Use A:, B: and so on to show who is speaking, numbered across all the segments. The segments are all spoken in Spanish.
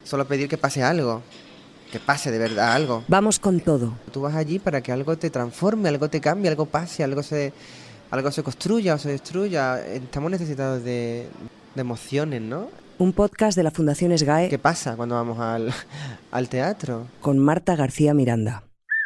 A: Solo pedir que pase algo, que pase de verdad algo.
B: Vamos con todo.
A: Tú vas allí para que algo te transforme, algo te cambie, algo pase, algo se construya o se destruya. Estamos necesitados de emociones, ¿no?
B: Un podcast de la Fundación SGAE.
A: ¿Qué pasa cuando vamos al teatro?
B: Con Marta García Miranda.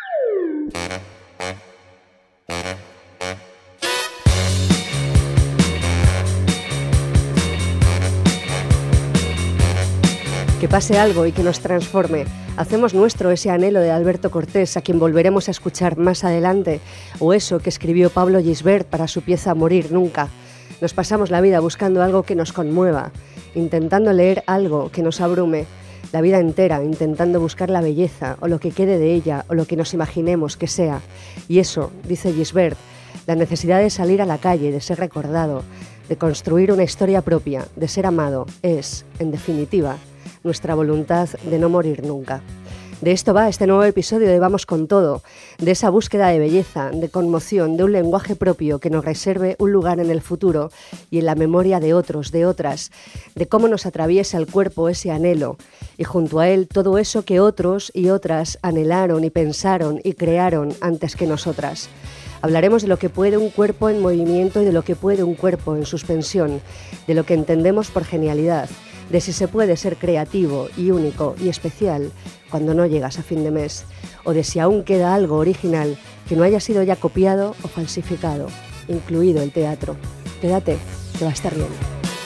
B: Que pase algo y que nos transforme. Hacemos nuestro ese anhelo de Alberto Cortés, a quien volveremos a escuchar más adelante, o eso que escribió Pablo Gisbert para su pieza Morir Nunca. Nos pasamos la vida buscando algo que nos conmueva, intentando leer algo que nos abrume, la vida entera intentando buscar la belleza, o lo que quede de ella, o lo que nos imaginemos que sea. Y eso, dice Gisbert, la necesidad de salir a la calle, de ser recordado, de construir una historia propia, de ser amado, es, en definitiva, nuestra voluntad de no morir nunca. De esto va este nuevo episodio de Vamos con Todo, de esa búsqueda de belleza, de conmoción, de un lenguaje propio que nos reserve un lugar en el futuro y en la memoria de otros, de otras, de cómo nos atraviesa el cuerpo ese anhelo y junto a él todo eso que otros y otras anhelaron y pensaron y crearon antes que nosotras. Hablaremos de lo que puede un cuerpo en movimiento y de lo que puede un cuerpo en suspensión, de lo que entendemos por genialidad, de si se puede ser creativo y único y especial cuando no llegas a fin de mes, o de si aún queda algo original que no haya sido ya copiado o falsificado, incluido el teatro. Quédate, que va a estar bien.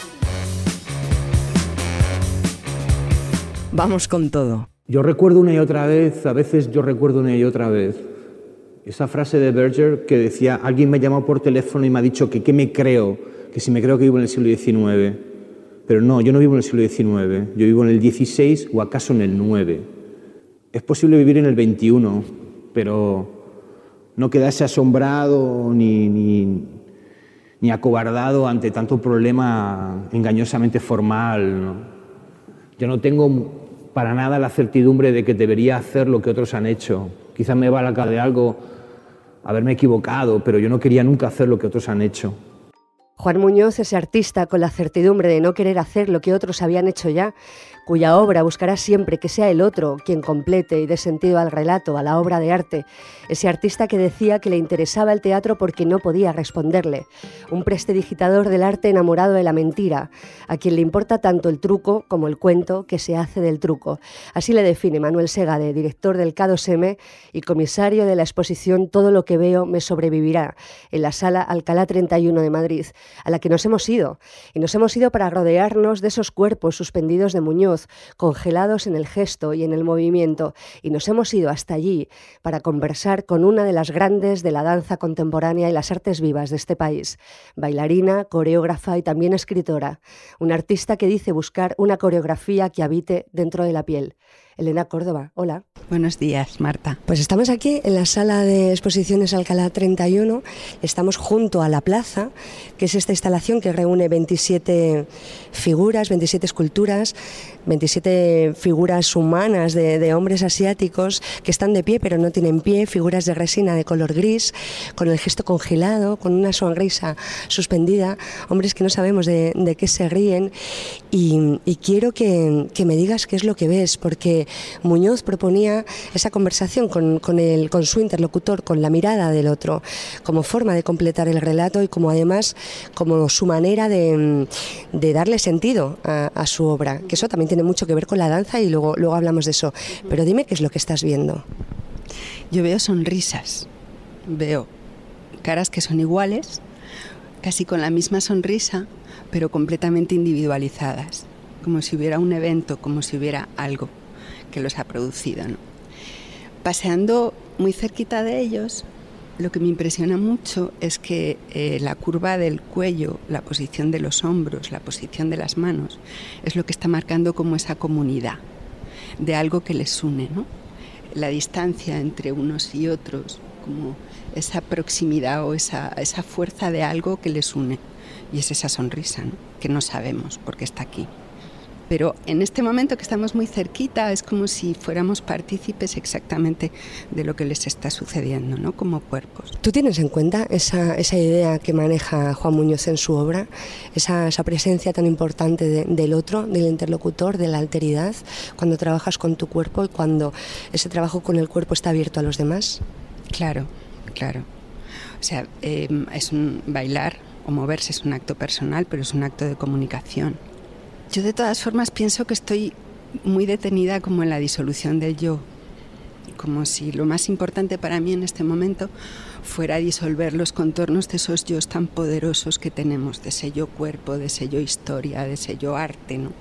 B: Vamos con todo.
C: Yo recuerdo una y otra vez, a veces yo recuerdo una y otra vez, esa frase de Berger que decía, alguien me llamó por teléfono y me ha dicho que qué me creo, que si me creo que vivo en el siglo XIX. Pero no, yo no vivo en el siglo XIX, yo vivo en el XVI o acaso en el IX. Es posible vivir en el XXI, pero no quedarse asombrado ni acobardado ante tanto problema engañosamente formal, ¿no? Yo no tengo para nada la certidumbre de que debería hacer lo que otros han hecho. Quizás me valga de algo haberme equivocado, pero yo no quería nunca hacer lo que otros han hecho.
B: Juan Muñoz, ese artista con la certidumbre de no querer hacer lo que otros habían hecho ya, cuya obra buscará siempre que sea el otro quien complete y dé sentido al relato, a la obra de arte. Ese artista que decía que le interesaba el teatro porque no podía responderle. Un prestidigitador del arte enamorado de la mentira, a quien le importa tanto el truco como el cuento que se hace del truco. Así le define Manuel Segade, director del K2M y comisario de la exposición Todo lo que veo me sobrevivirá, en la Sala Alcalá 31 de Madrid, a la que nos hemos ido. Y nos hemos ido para rodearnos de esos cuerpos suspendidos de Muñoz, congelados en el gesto y en el movimiento, y nos hemos ido hasta allí para conversar con una de las grandes de la danza contemporánea y las artes vivas de este país, bailarina, coreógrafa y también escritora, una artista que dice buscar una coreografía que habite dentro de la piel. Elena Córdoba, hola.
D: Buenos días, Marta.
B: Pues estamos aquí en la sala de exposiciones Alcalá 31, estamos junto a la plaza, que es esta instalación que reúne 27 figuras, 27 esculturas, 27 figuras humanas de hombres asiáticos que están de pie pero no tienen pie, figuras de resina de color gris, con el gesto congelado, con una sonrisa suspendida, hombres que no sabemos de qué se ríen y quiero que me digas qué es lo que ves, porque Muñoz proponía esa conversación con su interlocutor, con la mirada del otro, como forma de completar el relato y como además como su manera de darle sentido a su obra, que eso también tiene mucho que ver con la danza y luego hablamos de eso. Pero dime qué es lo que estás viendo.
D: Yo veo sonrisas, veo caras que son iguales, casi con la misma sonrisa, pero completamente individualizadas, como si hubiera un evento, como si hubiera algo que los ha producido, ¿no? Paseando muy cerquita de ellos, lo que me impresiona mucho es que la curva del cuello, la posición de los hombros, la posición de las manos, es lo que está marcando como esa comunidad de algo que les une, ¿no? La distancia entre unos y otros, como esa proximidad o esa fuerza de algo que les une. Y es esa sonrisa, ¿no? Que no sabemos por qué está aquí. Pero en este momento que estamos muy cerquita es como si fuéramos partícipes exactamente de lo que les está sucediendo, ¿no? Como cuerpos.
B: ¿Tú tienes en cuenta esa idea que maneja Juan Muñoz en su obra? Esa presencia tan importante del otro, del interlocutor, de la alteridad, cuando trabajas con tu cuerpo y cuando ese trabajo con el cuerpo está abierto a los demás.
D: Claro. O sea, bailar o moverse es un acto personal, pero es un acto de comunicación. Yo de todas formas pienso que estoy muy detenida como en la disolución del yo, como si lo más importante para mí en este momento fuera disolver los contornos de esos yos tan poderosos que tenemos, de ese yo cuerpo, de ese yo historia, de ese yo arte, ¿no?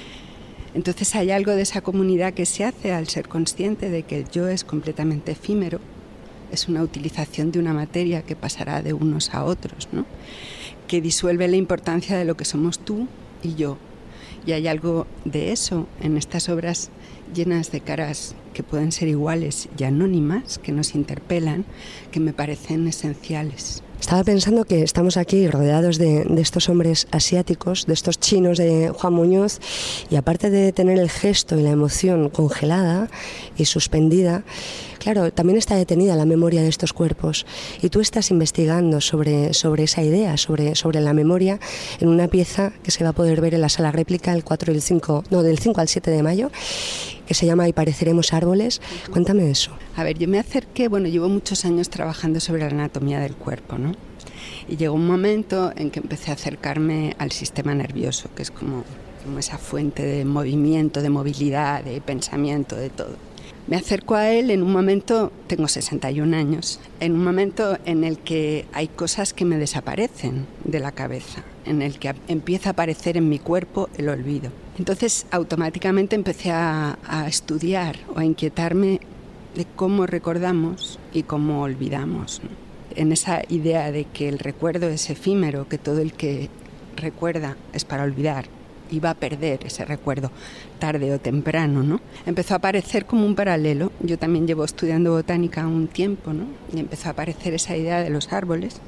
D: Entonces hay algo de esa comunidad que se hace al ser consciente de que el yo es completamente efímero, es una utilización de una materia que pasará de unos a otros, ¿no? Que disuelve la importancia de lo que somos tú y yo. Y hay algo de eso en estas obras llenas de caras que pueden ser iguales y anónimas, que nos interpelan, que me parecen esenciales.
B: Estaba pensando que estamos aquí rodeados de estos hombres asiáticos, de estos chinos de Juan Muñoz, y aparte de tener el gesto y la emoción congelada y suspendida, claro, también está detenida la memoria de estos cuerpos. Y tú estás investigando sobre esa idea, sobre la memoria, en una pieza que se va a poder ver en la sala réplica del 5 al 7 de mayo, que se llama Y pareceremos árboles. Cuéntame eso.
D: A ver, yo me acerqué, llevo muchos años trabajando sobre la anatomía del cuerpo, ¿no? Y llegó un momento en que empecé a acercarme al sistema nervioso, que es como esa fuente de movimiento, de movilidad, de pensamiento, de todo. Me acerco a él en un momento, tengo 61 años, en un momento en el que hay cosas que me desaparecen de la cabeza, en el que empieza a aparecer en mi cuerpo el olvido. Entonces automáticamente empecé a estudiar o a inquietarme de cómo recordamos y cómo olvidamos, ¿no? En esa idea de que el recuerdo es efímero, que todo el que recuerda es para olvidar y va a perder ese recuerdo tarde o temprano, ¿no? Empezó a aparecer como un paralelo. Yo también llevo estudiando botánica un tiempo, ¿no? Y empezó a aparecer esa idea de los árboles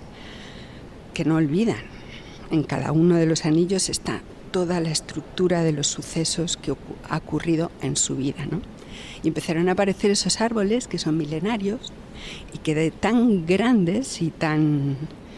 D: que no olvidan. En cada uno de los anillos está toda la estructura de los sucesos que ha ocurrido en su vida, ¿no? Y empezaron a aparecer esos árboles que son milenarios y que de tan grandes y tan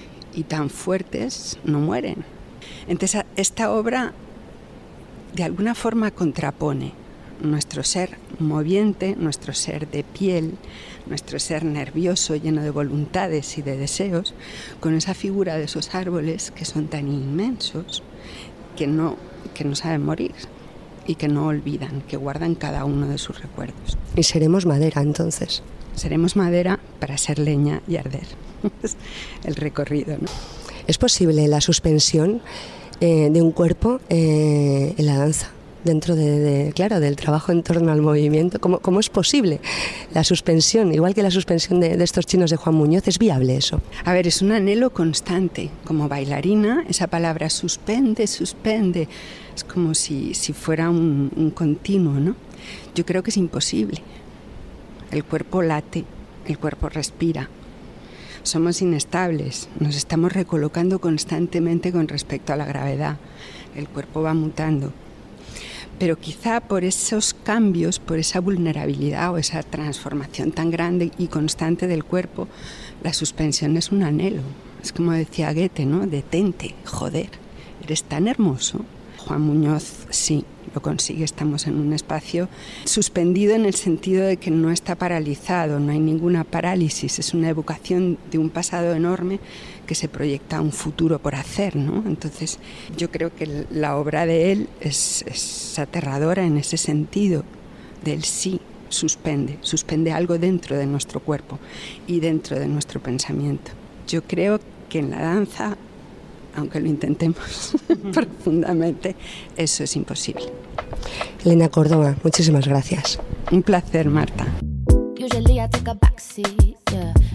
D: fuertes no mueren. Entonces esta obra de alguna forma contrapone nuestro ser moviente, nuestro ser de piel, nuestro ser nervioso, lleno de voluntades y de deseos, con esa figura de esos árboles que son tan inmensos que no saben morir y que no olvidan, que guardan cada uno de sus recuerdos.
B: Y seremos madera entonces.
D: Seremos madera para ser leña y arder. El recorrido, ¿no?
B: ¿Es posible la suspensión de un cuerpo en la danza? Dentro del trabajo en torno al movimiento, ¿cómo es posible la suspensión? Igual que la suspensión de estos chinos de Juan Muñoz, ¿es viable eso?
D: A ver, es un anhelo constante. Como bailarina, esa palabra suspende, es como si fuera un continuo, ¿no? Yo creo que es imposible. El cuerpo late, el cuerpo respira. Somos inestables, nos estamos recolocando constantemente con respecto a la gravedad. El cuerpo va mutando. Pero quizá por esos cambios, por esa vulnerabilidad o esa transformación tan grande y constante del cuerpo, la suspensión es un anhelo. Es como decía Goethe, ¿no? Detente, joder, eres tan hermoso. Juan Muñoz sí lo consigue, estamos en un espacio suspendido en el sentido de que no está paralizado, no hay ninguna parálisis, es una evocación de un pasado enorme que se proyecta a un futuro por hacer, ¿no? Entonces yo creo que la obra de él es aterradora en ese sentido del sí, suspende algo dentro de nuestro cuerpo y dentro de nuestro pensamiento. Yo creo que en la danza, aunque lo intentemos profundamente, eso es imposible.
B: Elena Córdoba, muchísimas gracias.
D: Un placer, Marta.
E: Usually I take a backseat, yeah.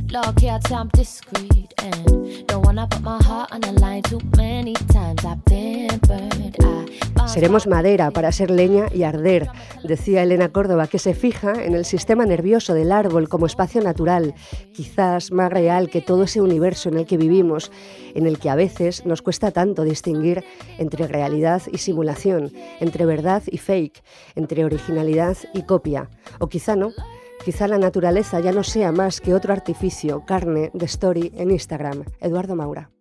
E: Look here, I'm discreet and don't wanna put my heart on the line too many times. I've been burned.
B: Seremos madera para ser leña y arder, decía Elena Córdoba, que se fija en el sistema nervioso del árbol como espacio natural, quizás más real que todo ese universo en el que vivimos, en el que a veces nos cuesta tanto distinguir entre realidad y simulación, entre verdad y fake, entre originalidad y copia. O quizá no. Quizá la naturaleza ya no sea más que otro artificio, carne de story en Instagram. Eduardo Maura.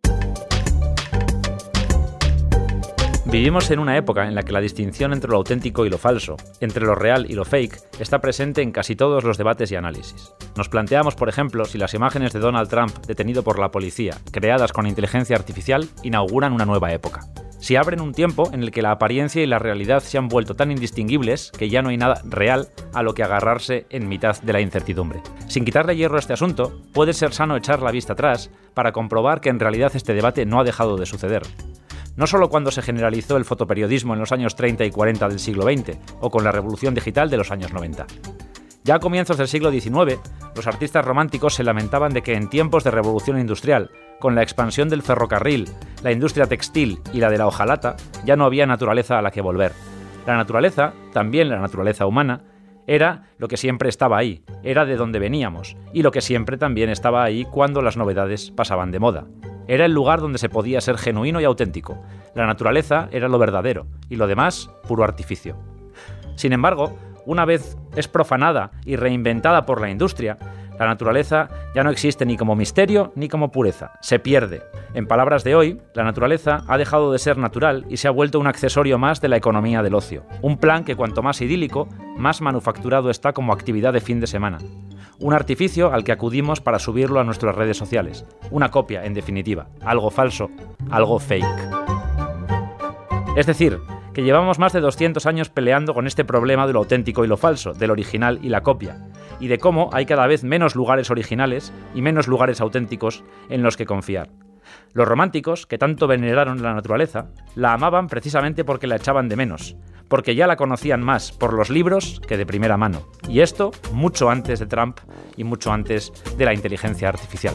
F: Vivimos en una época en la que la distinción entre lo auténtico y lo falso, entre lo real y lo fake, está presente en casi todos los debates y análisis. Nos planteamos, por ejemplo, si las imágenes de Donald Trump detenido por la policía, creadas con inteligencia artificial, inauguran una nueva época. Si abren un tiempo en el que la apariencia y la realidad se han vuelto tan indistinguibles que ya no hay nada real a lo que agarrarse en mitad de la incertidumbre. Sin quitarle hierro a este asunto, puede ser sano echar la vista atrás para comprobar que en realidad este debate no ha dejado de suceder. No solo cuando se generalizó el fotoperiodismo en los años 30 y 40 del siglo XX, o con la revolución digital de los años 90. Ya a comienzos del siglo XIX, los artistas románticos se lamentaban de que en tiempos de revolución industrial, con la expansión del ferrocarril, la industria textil y la de la hojalata, ya no había naturaleza a la que volver. La naturaleza, también la naturaleza humana, era lo que siempre estaba ahí, era de donde veníamos, y lo que siempre también estaba ahí cuando las novedades pasaban de moda. Era el lugar donde se podía ser genuino y auténtico. La naturaleza era lo verdadero, y lo demás, puro artificio. Sin embargo, una vez es profanada y reinventada por la industria, la naturaleza ya no existe ni como misterio ni como pureza, se pierde. En palabras de hoy, la naturaleza ha dejado de ser natural y se ha vuelto un accesorio más de la economía del ocio. Un plan que cuanto más idílico, más manufacturado está como actividad de fin de semana. Un artificio al que acudimos para subirlo a nuestras redes sociales. Una copia, en definitiva. Algo falso, algo fake. Es decir, que llevamos más de 200 años peleando con este problema de lo auténtico y lo falso, del original y la copia, y de cómo hay cada vez menos lugares originales y menos lugares auténticos en los que confiar. Los románticos, que tanto veneraron la naturaleza, la amaban precisamente porque la echaban de menos, porque ya la conocían más por los libros que de primera mano, y esto mucho antes de Trump y mucho antes de la inteligencia artificial.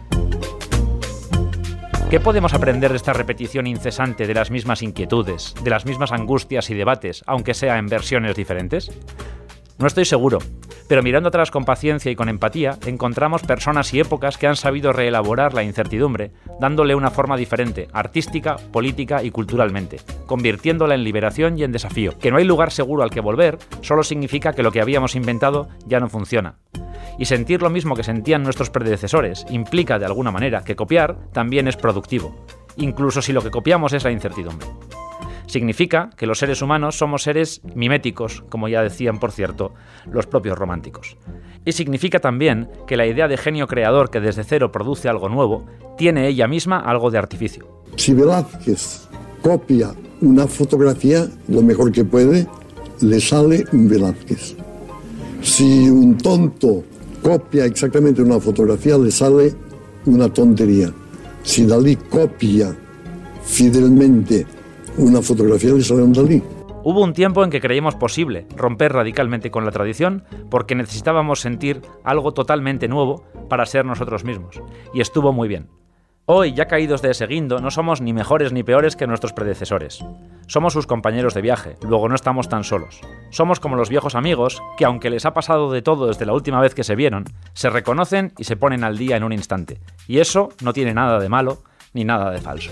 F: ¿Qué podemos aprender de esta repetición incesante de las mismas inquietudes, de las mismas angustias y debates, aunque sea en versiones diferentes? No estoy seguro, pero mirando atrás con paciencia y con empatía, encontramos personas y épocas que han sabido reelaborar la incertidumbre, dándole una forma diferente, artística, política y culturalmente, convirtiéndola en liberación y en desafío. Que no hay lugar seguro al que volver solo significa que lo que habíamos inventado ya no funciona. Y sentir lo mismo que sentían nuestros predecesores implica, de alguna manera, que copiar también es productivo, incluso si lo que copiamos es la incertidumbre. Significa que los seres humanos somos seres miméticos, como ya decían, por cierto, los propios románticos. Y significa también que la idea de genio creador que desde cero produce algo nuevo, tiene ella misma algo de artificio.
G: Si Velázquez copia una fotografía, lo mejor que puede, le sale un Velázquez. Si un tonto copia exactamente una fotografía, le sale una tontería. Si Dalí copia fidelmente una fotografía, le sale un Dalí.
F: Hubo un tiempo en que creímos posible romper radicalmente con la tradición porque necesitábamos sentir algo totalmente nuevo para ser nosotros mismos. Y estuvo muy bien. Hoy, ya caídos de ese guindo, no somos ni mejores ni peores que nuestros predecesores. Somos sus compañeros de viaje, luego no estamos tan solos. Somos como los viejos amigos que, aunque les ha pasado de todo desde la última vez que se vieron, se reconocen y se ponen al día en un instante. Y eso no tiene nada de malo ni nada de falso.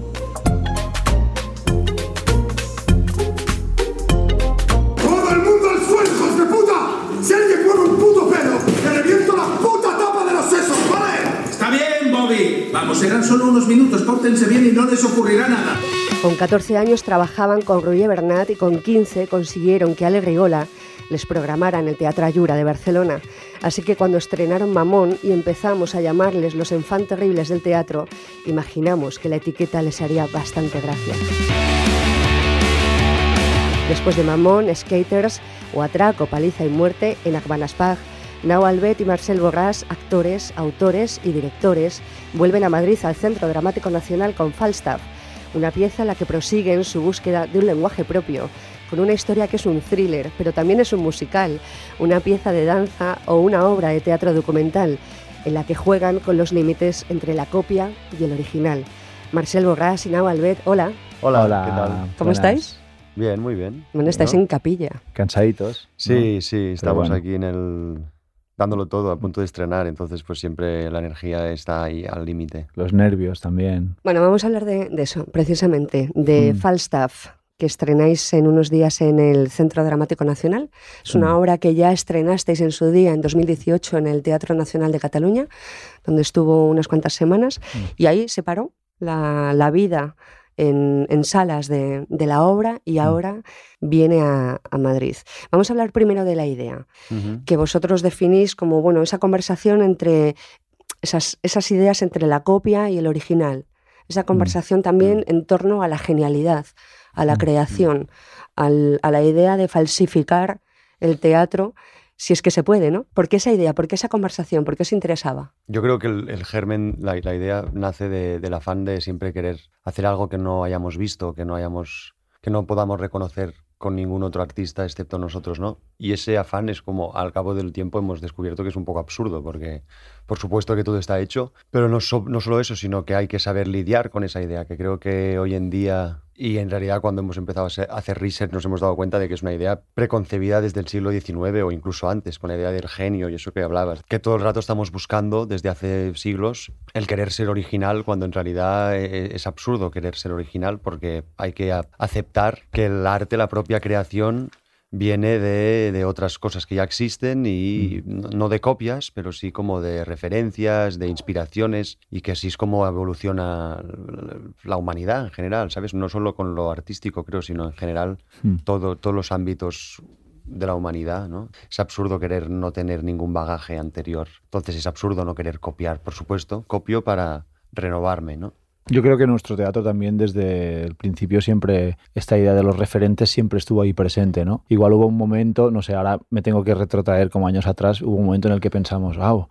H: ¡Todo el mundo al suelo, hijos de puta! ¡Si alguien mueve un puto pelo, le reviento la puta tapa de los sesos, ¿vale?
I: Está bien, Bobby. Vamos, serán solo unos minutos, pórtense bien y no les ocurrirá nada.
B: Con 14 años trabajaban con Roger Bernat y con 15 consiguieron que Ale Rigola les programara en el Teatre Ayura de Barcelona. Así que cuando estrenaron Mamón y empezamos a llamarles los enfants terribles del teatro, imaginamos que la etiqueta les haría bastante gracia. Después de Mamón, Skaters o Atraco, Paliza y Muerte en Agbanaspac, Nau Albet y Marcel Borràs, actores, autores y directores, vuelven a Madrid al Centro Dramático Nacional con Falstaff, una pieza en la que prosiguen su búsqueda de un lenguaje propio, con una historia que es un thriller, pero también es un musical, una pieza de danza o una obra de teatro documental, en la que juegan con los límites entre la copia y el original. Marcel Borràs y Nau Albet, hola.
J: Hola, ¿qué tal?
B: ¿Cómo estáis?
J: Bien, muy bien.
B: Bueno, estáis en capilla.
C: Cansaditos.
J: Sí,
C: ¿no?
J: sí, estamos
C: bueno.
J: aquí dándolo todo, a punto de estrenar, entonces pues siempre la energía está ahí al límite.
C: Los nervios también.
B: Bueno, vamos a hablar de eso, precisamente, de Falstaff, que estrenáis en unos días en el Centro Dramático Nacional. Es una obra que ya estrenasteis en su día, en 2018, en el Teatro Nacional de Cataluña, donde estuvo unas cuantas semanas, y ahí se paró la vida en salas de la obra y ahora viene a Madrid. Vamos a hablar primero de la idea, que vosotros definís como, bueno, esa conversación entre esas ideas entre la copia y el original, esa conversación también en torno a la genialidad, a la creación, a la idea de falsificar el teatro, si es que se puede, ¿no? ¿Por qué esa idea? ¿Por qué esa conversación? ¿Por qué os interesaba?
J: Yo creo que el germen, la idea nace del afán de siempre querer hacer algo que no hayamos visto, que no podamos reconocer con ningún otro artista excepto nosotros, ¿no? Y ese afán es como, al cabo del tiempo hemos descubierto que es un poco absurdo, porque por supuesto que todo está hecho, pero no solo eso, sino que hay que saber lidiar con esa idea, que creo que hoy en día, y en realidad cuando hemos empezado a hacer research nos hemos dado cuenta de que es una idea preconcebida desde el siglo XIX o incluso antes, con la idea del genio y eso que hablabas, que todo el rato estamos buscando desde hace siglos el querer ser original, cuando en realidad es absurdo querer ser original, porque hay que aceptar que el arte, la propia creación, viene de otras cosas que ya existen y no de copias, pero sí como de referencias, de inspiraciones, y que así es como evoluciona la humanidad en general, ¿sabes? No solo con lo artístico, creo, sino en general todos los ámbitos de la humanidad, ¿no? Es absurdo querer no tener ningún bagaje anterior. Entonces es absurdo no querer copiar, por supuesto. Copio para renovarme, ¿no?
C: Yo creo que en nuestro teatro también desde el principio siempre esta idea de los referentes siempre estuvo ahí presente, ¿no? Igual hubo un momento, no sé, ahora me tengo que retrotraer como años atrás, hubo un momento en el que pensamos, wow,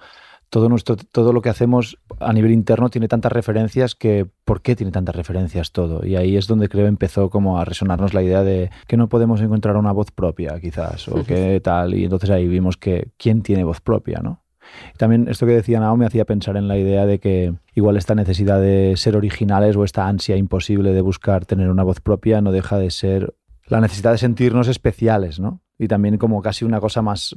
C: todo lo que hacemos a nivel interno tiene tantas referencias que ¿por qué tiene tantas referencias todo? Y ahí es donde creo empezó como a resonarnos la idea de que no podemos encontrar una voz propia quizás, o qué tal, y entonces ahí vimos que ¿quién tiene voz propia, no? También esto que decía Nao me hacía pensar en la idea de que igual esta necesidad de ser originales o esta ansia imposible de buscar tener una voz propia no deja de ser la necesidad de sentirnos especiales, ¿no? Y también como casi una cosa más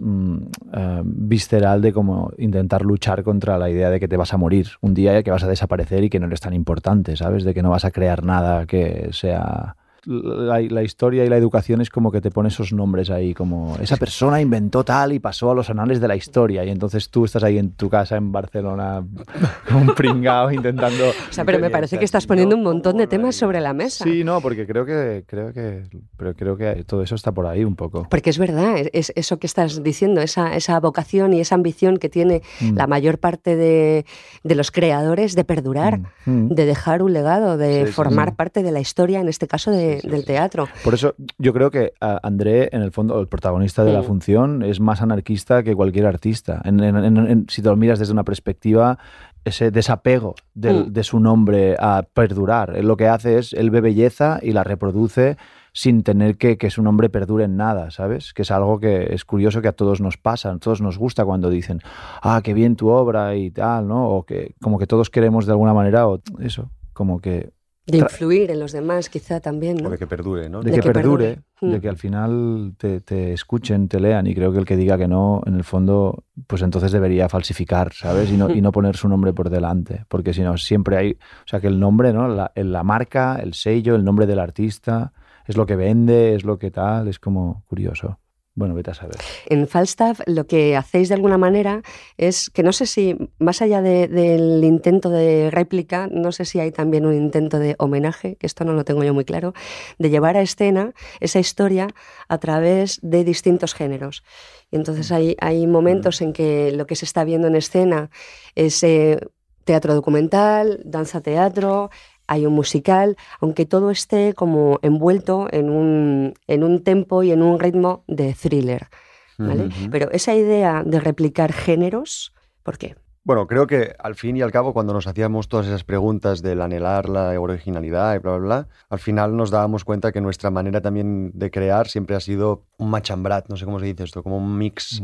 C: visceral de como intentar luchar contra la idea de que te vas a morir un día, que vas a desaparecer y que no eres tan importante, ¿sabes? De que no vas a crear nada que sea... La historia y la educación es como que te pone esos nombres ahí, como esa persona inventó tal y pasó a los anales de la historia, y entonces tú estás ahí en tu casa en Barcelona como un pringao intentando...
B: O sea, pero me parece que estás poniendo un montón de temas sobre la mesa.
C: Sí, no, porque creo que todo eso está por ahí un poco.
B: Porque es verdad, es eso que estás diciendo, esa vocación y esa ambición que tiene la mayor parte de los creadores de perdurar, de dejar un legado, de formar parte de la historia, en este caso del teatro.
C: Por eso yo creo que André, en el fondo, el protagonista de la función, es más anarquista que cualquier artista. Si te lo miras desde una perspectiva, ese desapego de su nombre a perdurar. Él lo que hace es, él ve belleza y la reproduce sin tener que su nombre perdure en nada, ¿sabes? Que es algo que es curioso, que a todos nos pasa, a todos nos gusta cuando dicen, qué bien tu obra y tal, ¿no? O que como que todos queremos de alguna manera, o eso, como que...
B: De influir en los demás, quizá también, ¿no?
J: O de que perdure, ¿no?
C: De que perdure, de que al final te escuchen, te lean, y creo que el que diga que no, en el fondo, pues entonces debería falsificar, ¿sabes? Y no poner su nombre por delante, porque si no, siempre hay... O sea, que el nombre, ¿no? La marca, el sello, el nombre del artista, es lo que vende, es lo que tal, es como curioso. Bueno, vete a saber. En
B: Falstaff lo que hacéis de alguna manera es que no sé si, más allá del intento de réplica, no sé si hay también un intento de homenaje, que esto no lo tengo yo muy claro, de llevar a escena esa historia a través de distintos géneros. Y entonces hay momentos en que lo que se está viendo en escena es teatro documental, danza teatro, hay un musical, aunque todo esté como envuelto en un tempo y en un ritmo de thriller, ¿vale? Pero esa idea de replicar géneros, ¿por qué?
J: Bueno, creo que al fin y al cabo, cuando nos hacíamos todas esas preguntas del anhelar la originalidad y bla, bla, bla, al final nos dábamos cuenta que nuestra manera también de crear siempre ha sido un machambrat, no sé cómo se dice esto, como un mix,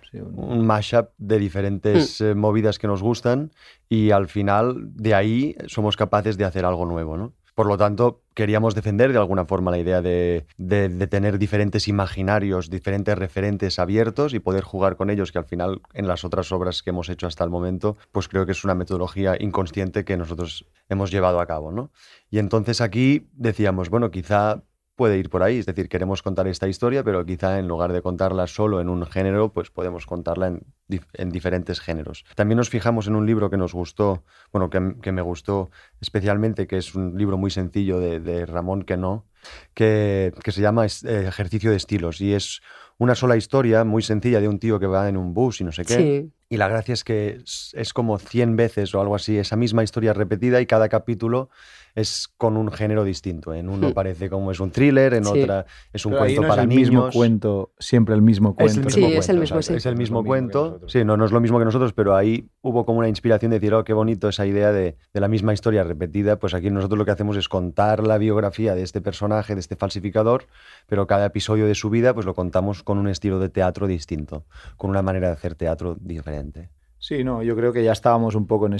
J: un mashup de diferentes movidas que nos gustan, y al final de ahí somos capaces de hacer algo nuevo, ¿no? Por lo tanto, queríamos defender de alguna forma la idea de tener diferentes imaginarios, diferentes referentes abiertos y poder jugar con ellos, que al final en las otras obras que hemos hecho hasta el momento, pues creo que es una metodología inconsciente que nosotros hemos llevado a cabo, ¿no? Y entonces aquí decíamos, bueno, quizá puede ir por ahí, es decir, queremos contar esta historia, pero quizá en lugar de contarla solo en un género, pues podemos contarla en diferentes géneros. También nos fijamos en un libro que nos gustó, bueno, que me gustó especialmente, que es un libro muy sencillo de Ramón Queneau, que se llama Ejercicio de estilos, y es una sola historia muy sencilla de un tío que va en un bus y no sé qué. Sí. Y la gracia es que es como 100 veces o algo así, esa misma historia repetida, y cada capítulo es con un género distinto. En uno parece como es un thriller, en otra es un cuento para niños.
K: Es el mismo cuento, siempre el mismo cuento.
J: Es el mismo cuento. Sí, no es lo mismo que nosotros, pero ahí hubo como una inspiración de decir, oh, qué bonito esa idea de la misma historia repetida. Pues aquí nosotros lo que hacemos es contar la biografía de este personaje, de este falsificador, pero cada episodio de su vida pues lo contamos con un estilo de teatro distinto, con una manera de hacer teatro diferente.
K: Sí, no, yo creo que ya estábamos un poco en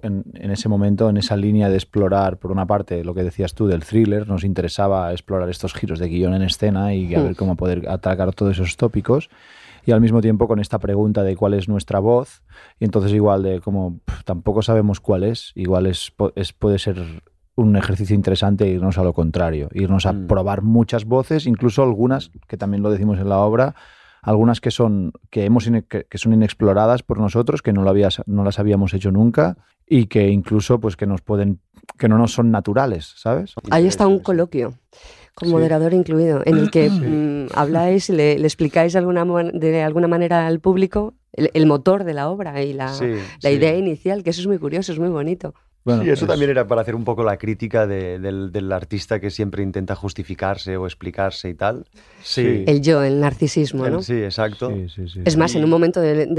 K: ese momento, en esa línea de explorar, por una parte, lo que decías tú del thriller. Nos interesaba explorar estos giros de guión en escena y a ver cómo poder atacar todos esos tópicos, y al mismo tiempo con esta pregunta de cuál es nuestra voz, y entonces igual de como tampoco sabemos cuál es, igual puede ser un ejercicio interesante irnos a lo contrario, irnos a probar muchas voces, incluso algunas, que también lo decimos en la obra, algunas que son inexploradas por nosotros, que no las habíamos hecho nunca, y que incluso pues que no nos son naturales, ¿sabes?
B: Ahí está un coloquio, con moderador incluido, en el que habláis, le explicáis de alguna manera al público el motor de la obra y la idea inicial, que eso es muy curioso, es muy bonito.
J: Bueno, sí, eso también era para hacer un poco la crítica del artista que siempre intenta justificarse o explicarse y tal. Sí.
B: El yo, el narcisismo, ¿no?
J: Sí, exacto.
B: Sí. Es más, en un momento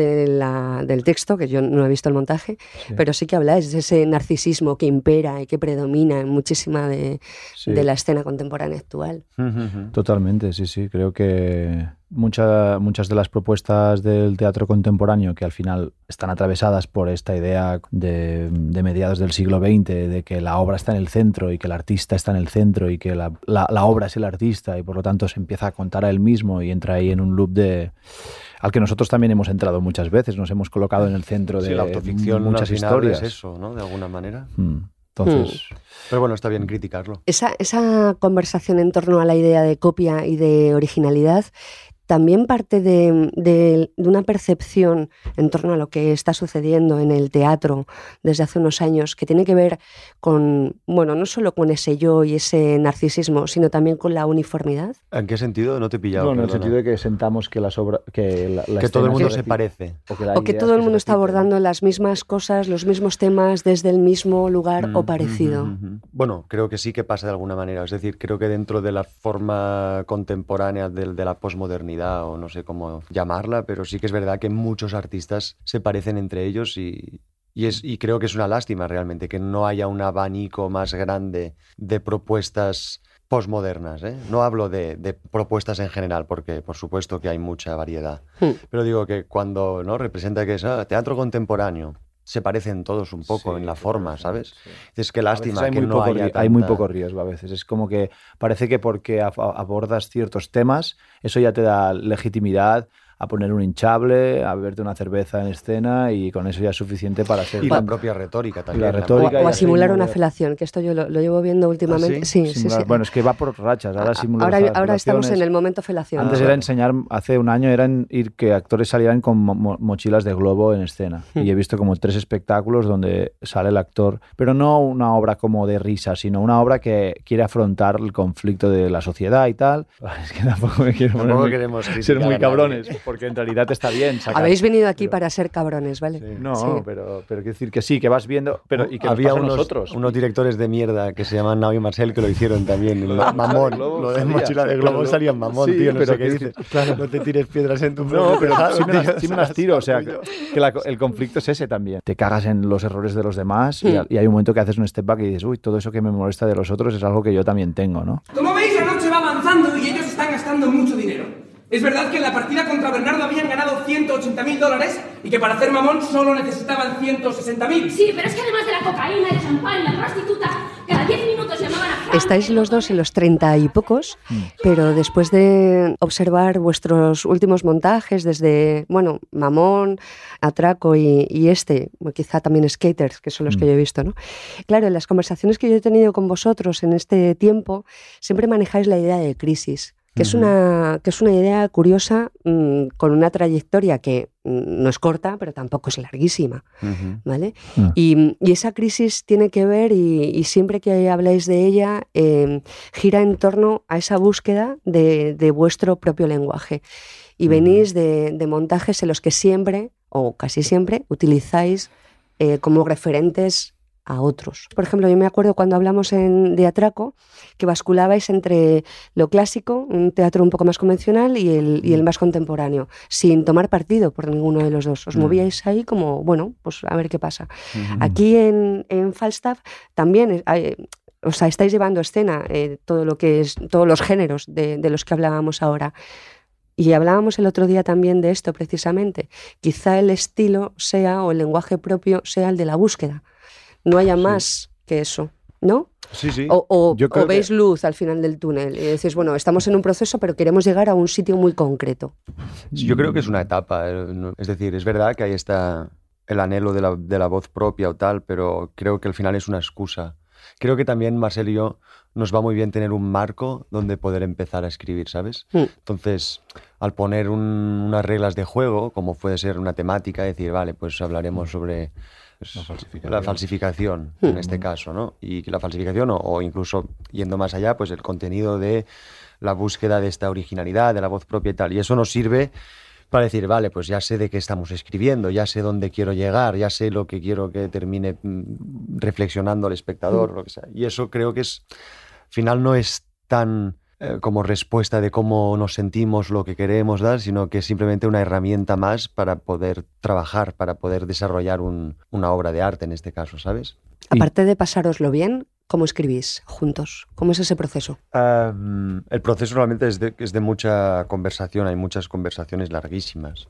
B: del texto, que yo no he visto el montaje, pero sí que habláis de ese narcisismo que impera y que predomina en muchísima de la escena contemporánea actual.
K: Totalmente, sí. Creo que muchas de las propuestas del teatro contemporáneo, que al final están atravesadas por esta idea de mediados del siglo XX, de que la obra está en el centro y que el artista está en el centro y que la obra es el artista, y por lo tanto se empieza a contar a él mismo y entra ahí en un loop al que nosotros también hemos entrado muchas veces, nos hemos colocado en el centro de
J: la autoficción,
K: muchas historias.
J: Es eso, ¿no? De alguna manera.
K: Entonces,
J: pero bueno, está bien criticarlo.
B: Esa conversación en torno a la idea de copia y de originalidad también parte de una percepción en torno a lo que está sucediendo en el teatro desde hace unos años, que tiene que ver con, bueno, no solo con ese yo y ese narcisismo, sino también con la uniformidad.
J: ¿En qué sentido? No te he pillado.
K: No, en el sentido de que sentamos que
J: que todo el mundo se parece.
B: O que todo el mundo está abordando las mismas cosas, los mismos temas desde el mismo lugar o parecido.
J: Bueno, creo que sí que pasa de alguna manera. Es decir, creo que dentro de la forma contemporánea de la posmodernidad, o no sé cómo llamarla, pero sí que es verdad que muchos artistas se parecen entre ellos, y creo que es una lástima realmente que no haya un abanico más grande de propuestas posmodernas, ¿eh? No hablo de propuestas en general, porque por supuesto que hay mucha variedad, pero digo que cuando no representa que es teatro contemporáneo, se parecen todos un poco en la forma, ¿sabes? Es que lástima que no haya tanta...
K: Hay muy poco riesgo a veces. Es como que parece que porque abordas ciertos temas, eso ya te da legitimidad a poner un hinchable, a beberte una cerveza en escena, y con eso ya es suficiente para ser...
J: Y la propia retórica también.
B: O a simular una felación, que esto yo lo llevo viendo últimamente. Sí.
K: Bueno, es que va por rachas. Ahora
B: estamos en el momento felación.
K: Antes era enseñar, hace un año era que actores salieran con mochilas de globo en escena. Y he visto como 3 espectáculos donde sale el actor, pero no una obra como de risa, sino una obra que quiere afrontar el conflicto de la sociedad y tal. Es que tampoco me quiero
J: queremos
K: ser muy cabrones. porque en realidad está bien sacar.
B: Habéis venido aquí para ser cabrones, ¿vale?
K: Sí. No,
B: sí.
K: pero quiero decir que sí, que vas viendo, pero y que
J: había
K: nosotros.
J: unos directores de mierda que se llaman Nao y Marcel que lo hicieron también. Mamón, lo de mochila de globo salía Mamón, sí, tío, no sé qué dices. Claro. No te tires piedras en tu
K: No, pero sí me las tiro, o sea, que el conflicto es ese también. Te cagas en los errores de los demás y hay un momento que haces un step back y dices, uy, todo eso que me molesta de los otros es algo que yo también tengo, ¿no?
L: Como veis, la noche va avanzando y ellos están gastando mucho dinero. Es verdad que en la partida contra Bernardo habían ganado $180.000 y que para hacer mamón solo necesitaban 160.000.
E: Sí, pero es que además de la cocaína, el champán y la prostituta, cada 10 minutos llamaban a Fran.
B: Estáis los dos en los 30 y pocos, pero después de observar vuestros últimos montajes, desde, bueno, Mamón, Atraco y quizá también Skaters, que son los que yo he visto, ¿no? Claro, en las conversaciones que yo he tenido con vosotros en este tiempo, siempre manejáis la idea de crisis. Que es una idea curiosa, con una trayectoria que no es corta, pero tampoco es larguísima, ¿vale? Y esa crisis tiene que ver, y siempre que habláis de ella, gira en torno a esa búsqueda de vuestro propio lenguaje. Y venís de montajes en los que siempre, o casi siempre, utilizáis como referentes a otros. Por ejemplo, yo me acuerdo cuando hablamos de Atraco, que basculabais entre lo clásico, un teatro un poco más convencional, y el más contemporáneo, sin tomar partido por ninguno de los dos. Os movíais ahí como, bueno, pues a ver qué pasa. Aquí en Falstaff también o sea, estáis llevando a escena todo lo que es, todos los géneros de los que hablábamos ahora. Y hablábamos el otro día también de esto precisamente. Quizá el estilo sea, o el lenguaje propio sea el de la búsqueda. No haya más que eso, ¿no?
J: Sí, sí.
B: O veis luz al final del túnel y decís, bueno, estamos en un proceso, pero queremos llegar a un sitio muy concreto.
J: Yo creo que es una etapa. Es decir, es verdad que ahí está el anhelo de la voz propia o tal, pero creo que al final es una excusa. Creo que también Marcel y yo nos va muy bien tener un marco donde poder empezar a escribir, ¿sabes? Entonces, al poner unas reglas de juego, como puede ser una temática, decir, vale, pues hablaremos sobre la falsificación en este caso, ¿no? Y que la falsificación, o incluso yendo más allá, pues el contenido de la búsqueda de esta originalidad, de la voz propia y tal. Y eso nos sirve para decir, vale, pues ya sé de qué estamos escribiendo, ya sé dónde quiero llegar, ya sé lo que quiero que termine reflexionando el espectador, lo que sea. Y eso creo que al final no es tan como respuesta de cómo nos sentimos, lo que queremos dar, sino que es simplemente una herramienta más para poder trabajar, para poder desarrollar una obra de arte en este caso, ¿sabes?
B: Aparte de pasároslo bien, ¿cómo escribís juntos? ¿Cómo es ese proceso?
J: El proceso realmente es de mucha conversación, hay muchas conversaciones larguísimas,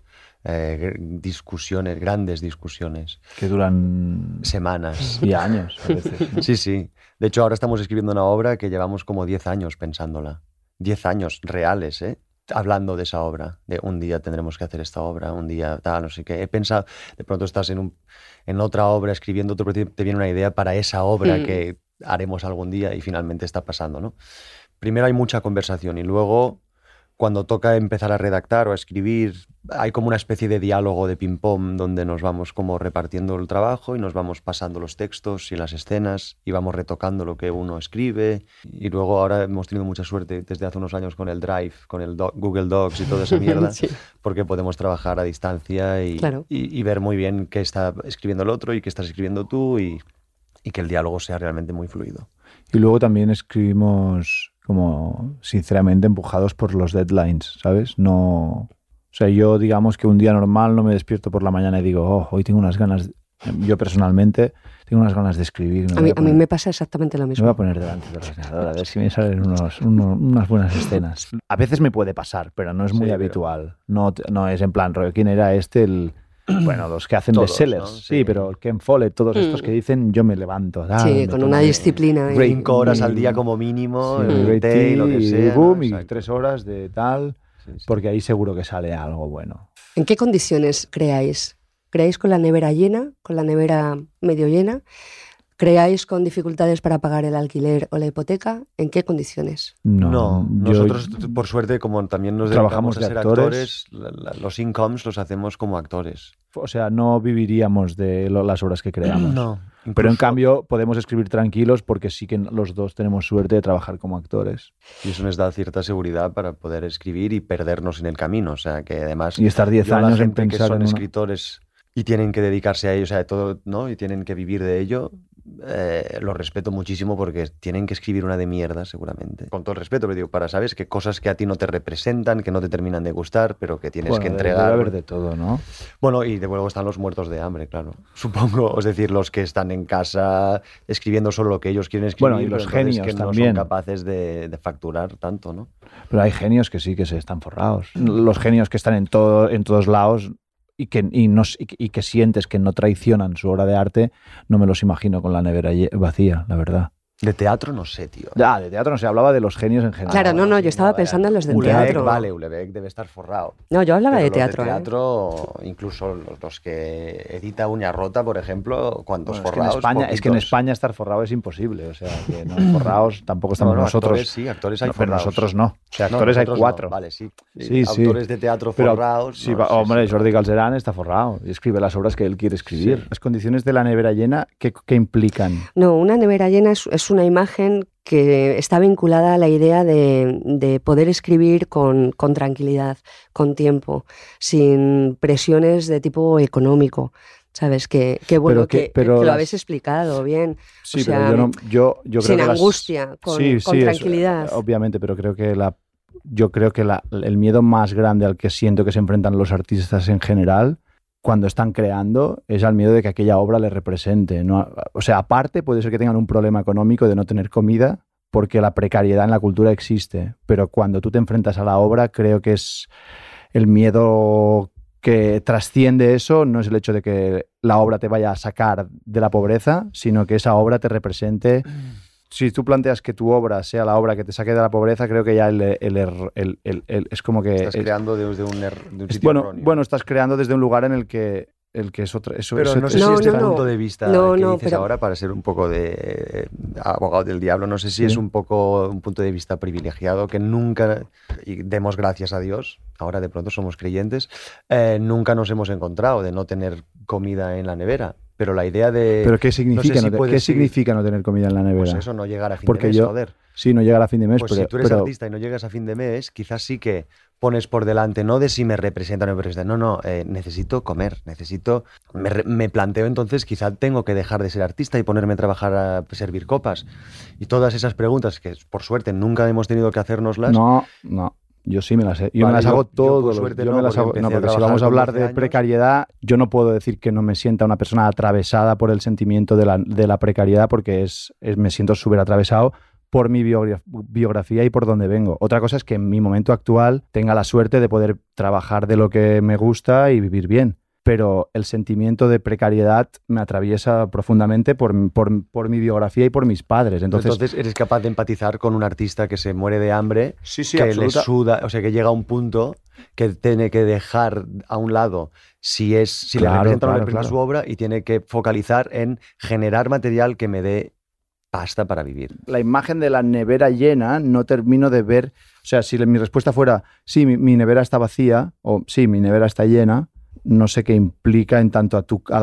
J: discusiones, grandes discusiones.
K: Que duran
J: semanas.
K: Y años a veces, ¿no?
J: Sí, sí. De hecho, ahora estamos escribiendo una obra que llevamos como 10 años pensándola. 10 años reales, hablando de esa obra. De un día tendremos que hacer esta obra, un día tal, no sé qué. He pensado, de pronto estás en otra obra escribiendo otro, pero te viene una idea para esa obra que haremos algún día y finalmente está pasando, ¿no? Primero hay mucha conversación y luego, cuando toca empezar a redactar o a escribir, hay como una especie de diálogo de ping-pong donde nos vamos como repartiendo el trabajo y nos vamos pasando los textos y las escenas y vamos retocando lo que uno escribe. Y luego ahora hemos tenido mucha suerte desde hace unos años con el Drive, con el Google Docs y toda esa mierda, sí, porque podemos trabajar a distancia y ver muy bien qué está escribiendo el otro y qué estás escribiendo tú y que el diálogo sea realmente muy fluido.
K: Y luego también escribimos como sinceramente empujados por los deadlines, ¿sabes? No, o sea, yo digamos que un día normal no me despierto por la mañana y digo, oh, hoy tengo unas ganas, yo personalmente tengo unas ganas de escribir.
B: A mí me pasa exactamente lo mismo.
K: Me voy a poner delante del ordenador a ver si me salen unas buenas escenas. A veces me puede pasar, pero no es muy habitual. No es en plan, rollo, ¿quién era Bueno, los que hacen bestsellers, ¿no? Sí, pero Ken Follett, todos estos que dicen, yo me levanto.
B: Sí, con una disciplina.
J: 5 horas al día como mínimo,
K: sí,
J: té, lo que sea.
K: Y boom, y 3 horas de tal, porque ahí seguro que sale algo bueno.
B: ¿En qué condiciones creáis? ¿Creáis con la nevera llena, con la nevera medio llena? ¿Creáis con dificultades para pagar el alquiler o la hipoteca? ¿En qué condiciones?
J: No, nosotros por suerte, como también nos dedicamos a ser actores, los incomes los hacemos como actores.
K: o sea, no viviríamos de las obras que creamos.
J: No.
K: Pero en cambio podemos escribir tranquilos porque sí que los dos tenemos suerte de trabajar como actores.
J: Y eso nos da cierta seguridad para poder escribir y perdernos en el camino. O sea, que además...
K: Y estar 10 años en pensar
J: que son
K: en
J: escritores y tienen que dedicarse a ello, o sea, de todo, ¿no? Y tienen que vivir de ello, lo respeto muchísimo porque tienen que escribir una de mierda, seguramente. Con todo el respeto, pero digo, para, ¿sabes? Que cosas que a ti no te representan, que no te terminan de gustar, pero que tienes que entregar.
K: Debe haber de todo, ¿no?
J: Bueno, y de luego están los muertos de hambre, claro. Supongo, es decir, los que están en casa escribiendo solo lo que ellos quieren escribir.
K: Bueno, y los genios
J: que no
K: también.
J: son capaces de facturar tanto, ¿no?
K: Pero hay genios que sí que se están forrados. Los genios que están en todos lados y que sientes que no traicionan su obra de arte, no me los imagino con la nevera vacía, la verdad.
J: De teatro no sé, tío.
K: Ya, de teatro no se hablaba de los genios en general.
B: Claro, no, yo estaba pensando en los del teatro.
J: Vale, Ulebeck debe estar forrado.
B: No, yo hablaba de
J: Pero
B: teatro.
J: Los de teatro, incluso los que edita Uña Rota, por ejemplo, ¿cuántos forrados?
K: Es que en España estar forrado es imposible. O sea, que no forrados tampoco estamos nosotros.
J: Actores, sí, actores hay
K: pero
J: forrados.
K: nosotros no. O sea, actores hay 4.
J: No. Vale, sí.
K: Sí.
J: Autores de teatro forrados.
K: Sí, hombre, Jordi Galcerán está forrado y escribe las obras que él quiere escribir. Sí. Las condiciones de la nevera llena, ¿qué implican?
B: No, una nevera llena es una imagen que está vinculada a la idea de poder escribir con tranquilidad, con tiempo, sin presiones de tipo económico. ¿Sabes? Que bueno, que lo habéis explicado bien.
K: Sí,
B: o sea,
K: pero yo creo
B: sin
K: que
B: angustia, con tranquilidad.
K: Obviamente, pero creo que el miedo más grande al que siento que se enfrentan los artistas en general cuando están creando es al miedo de que aquella obra les represente, ¿no? O sea, aparte puede ser que tengan un problema económico de no tener comida, porque la precariedad en la cultura existe, pero cuando tú te enfrentas a la obra, creo que es el miedo que trasciende eso, no es el hecho de que la obra te vaya a sacar de la pobreza, sino que esa obra te represente. Si tú planteas que tu obra sea la obra que te saque de la pobreza, creo que ya es como que...
J: Estás creando desde un sitio erróneo.
K: Bueno, estás creando desde un lugar en el que es otra...
J: Pero no sé si este punto de vista que dices ahora, para ser un poco de abogado del diablo, no sé si es un poco un punto de vista privilegiado que nunca, y demos gracias a Dios, ahora de pronto somos creyentes, nunca nos hemos encontrado de no tener comida en la nevera. Pero la idea de...
K: ¿Pero qué significa, significa no tener comida en la nevera?
J: Pues eso, no llegar a fin de mes, joder.
K: Sí, no llegar a fin de mes.
J: Pues si tú eres artista y no llegas a fin de mes, quizás sí que pones por delante, no de si me representa o no me representa, necesito comer, me planteo entonces, quizá tengo que dejar de ser artista y ponerme a trabajar a servir copas. Y todas esas preguntas que, por suerte, nunca hemos tenido que hacernoslas.
K: No. Yo sí me las he. Yo me las hago todos. Porque si vamos a hablar de precariedad, yo no puedo decir que no me sienta una persona atravesada por el sentimiento de la precariedad, porque me siento súper atravesado por mi biografía y por dónde vengo. Otra cosa es que en mi momento actual tenga la suerte de poder trabajar de lo que me gusta y vivir bien. Pero el sentimiento de precariedad me atraviesa profundamente por mi biografía y por mis padres.
J: Entonces eres capaz de empatizar con un artista que se muere de hambre, que le suda, o sea, que llega a un punto que tiene que dejar a un lado si le representa o no le representa su obra y tiene que focalizar en generar material que me dé pasta para vivir.
K: La imagen de la nevera llena no termino de ver... O sea, si mi respuesta fuera sí, mi nevera está vacía o sí, mi nevera está llena, no sé qué implica en tanto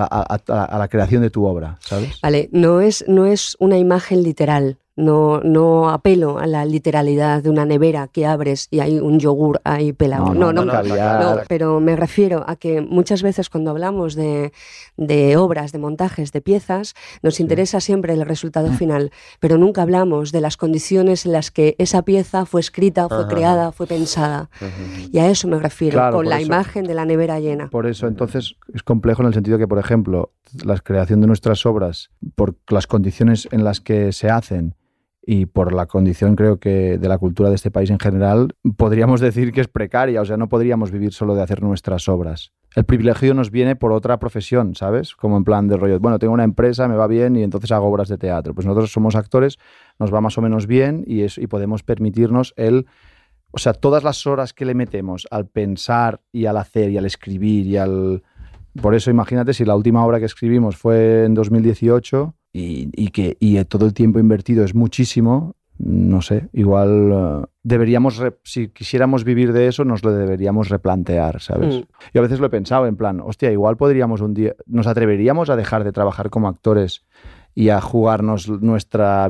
K: a la creación de tu obra, ¿sabes?
B: Vale, no es una imagen literal. No apelo a la literalidad de una nevera que abres y hay un yogur ahí pelado. No, pero me refiero a que muchas veces cuando hablamos de obras, de montajes, de piezas, nos interesa siempre el resultado final, pero nunca hablamos de las condiciones en las que esa pieza fue escrita, fue creada, fue pensada. Y a eso me refiero, con la imagen de la nevera llena.
K: Por eso, entonces, es complejo en el sentido que, por ejemplo, la creación de nuestras obras, por las condiciones en las que se hacen, y por la condición, creo que, de la cultura de este país en general, podríamos decir que es precaria. O sea, no podríamos vivir solo de hacer nuestras obras. El privilegio nos viene por otra profesión, ¿sabes? Como en plan de rollo, bueno, tengo una empresa, me va bien y entonces hago obras de teatro. Pues nosotros somos actores, nos va más o menos bien y podemos permitirnos o sea, todas las horas que le metemos al pensar y al hacer y al escribir Por eso imagínate si la última obra que escribimos fue en 2018... Y todo el tiempo invertido es muchísimo, no sé, igual deberíamos, si quisiéramos vivir de eso, nos lo deberíamos replantear, ¿sabes? Yo a veces lo he pensado en plan, hostia, igual podríamos un día, nos atreveríamos a dejar de trabajar como actores y a jugarnos nuestra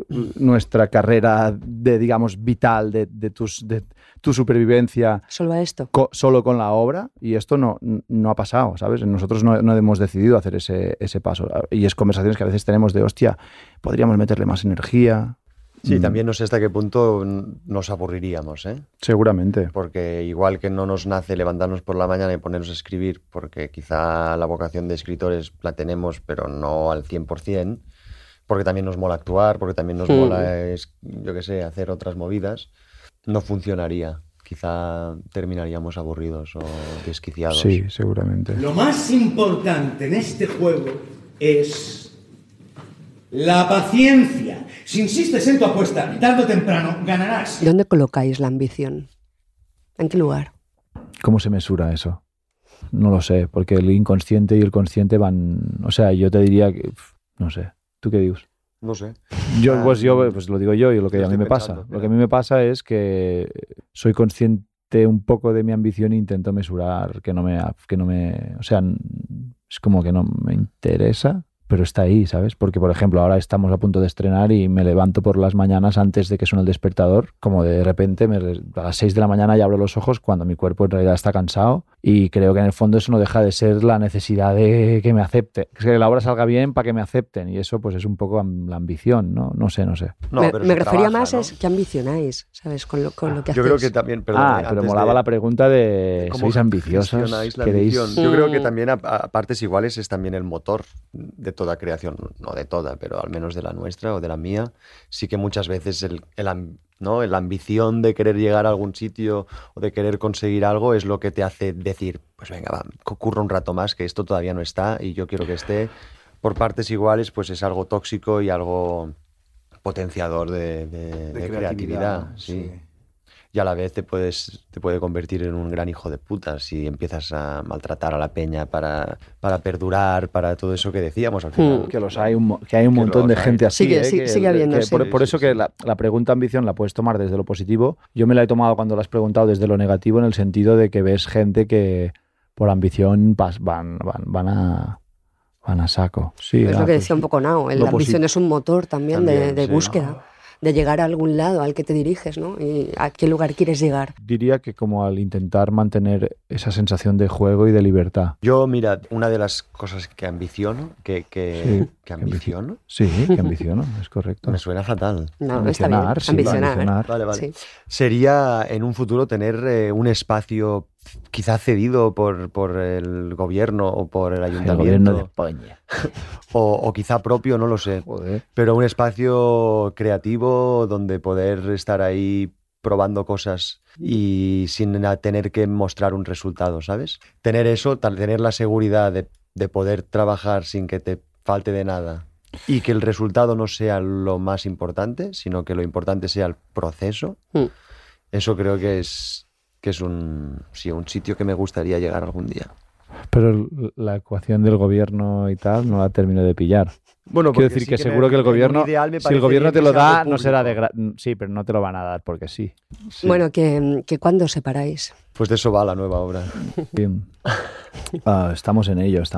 K: carrera de, digamos, vital, de tu supervivencia.
B: ¿Solo a esto?
K: Solo con la obra, y esto no ha pasado, ¿sabes? Nosotros no hemos decidido hacer ese paso. Y es conversaciones que a veces tenemos de, hostia, podríamos meterle más energía.
J: Sí, también no sé hasta qué punto nos aburriríamos, ¿eh?
K: Seguramente.
J: Porque igual que no nos nace levantarnos por la mañana y ponernos a escribir, porque quizá la vocación de escritores la tenemos, pero no al 100%, porque también nos mola actuar, porque también nos mola, yo qué sé, hacer otras movidas, no funcionaría. Quizá terminaríamos aburridos o desquiciados.
K: Sí, seguramente.
M: Lo más importante en este juego es la paciencia. Si insistes en tu apuesta, tarde o temprano ganarás.
B: ¿Dónde colocáis la ambición? ¿En qué lugar?
K: ¿Cómo se mesura eso? No lo sé, porque el inconsciente y el consciente van... O sea, yo te diría que... No sé. ¿Tú qué dices?
J: No sé.
K: Pues lo digo yo y lo que a mí me pasa. Lo que a mí me pasa es que soy consciente un poco de mi ambición e intento mesurar que no me... O sea, es como que no me interesa, pero está ahí, ¿sabes? Porque, por ejemplo, ahora estamos a punto de estrenar y me levanto por las mañanas antes de que suene el despertador, como de repente a las 6 de la mañana ya abro los ojos cuando mi cuerpo en realidad está cansado, y creo que en el fondo eso no deja de ser la necesidad de que me acepten, que la obra salga bien para que me acepten, y eso pues es un poco la ambición, ¿no? No sé.
B: No, me refería más a qué ambicionáis, ¿sabes? Con lo que hacéis.
J: Yo creo que también, perdón,
K: pero molaba la pregunta de ¿sois ambiciosos?
J: Yo creo que también a partes iguales es también el motor de toda creación, no de toda, pero al menos de la nuestra o de la mía. Sí que muchas veces la ambición de querer llegar a algún sitio o de querer conseguir algo es lo que te hace decir, pues venga, va, ocurra un rato más, que esto todavía no está y yo quiero que esté. Por partes iguales, pues es algo tóxico y algo potenciador de creatividad. Sí. Y a la vez te puede convertir en un gran hijo de puta si empiezas a maltratar a la peña para perdurar, para todo eso que decíamos al final.
K: Que hay un montón de gente así.
B: Sigue habiendo.
K: Por eso que la pregunta ambición la puedes tomar desde lo positivo. Yo me la he tomado cuando la has preguntado desde lo negativo, en el sentido de que ves gente que por ambición van a saco. Sí,
B: es lo que decía un poco Nao. La ambición es un motor también de búsqueda. De llegar a algún lado al que te diriges, ¿no? Y a qué lugar quieres llegar.
K: Diría que como al intentar mantener esa sensación de juego y de libertad.
J: Yo, mira, una de las cosas que ambiciono, que ambiciono.
K: Sí, que ambiciono, es correcto.
J: Me suena fatal.
B: No, está bien. Ambicionar.
J: Vale.
B: Sí.
J: Sería en un futuro tener un espacio quizá cedido por el gobierno o por el ayuntamiento.
K: El gobierno de España.
J: o quizá propio, no lo sé.
K: Joder.
J: Pero un espacio creativo donde poder estar ahí probando cosas y sin tener que mostrar un resultado, ¿sabes? Tener eso, tener la seguridad de poder trabajar sin que te falte de nada y que el resultado no sea lo más importante, sino que lo importante sea el proceso. Eso creo que es un sitio que me gustaría llegar algún día.
K: Pero la ecuación del gobierno y tal no la termino de pillar.
J: Bueno,
K: quiero decir que seguro que el gobierno, si el gobierno te lo da, no será de sí, pero no te lo van a dar porque sí.
B: Bueno, que ¿cuándo separáis?
J: Pues de eso va la nueva obra.
K: Bien. Estamos en ello,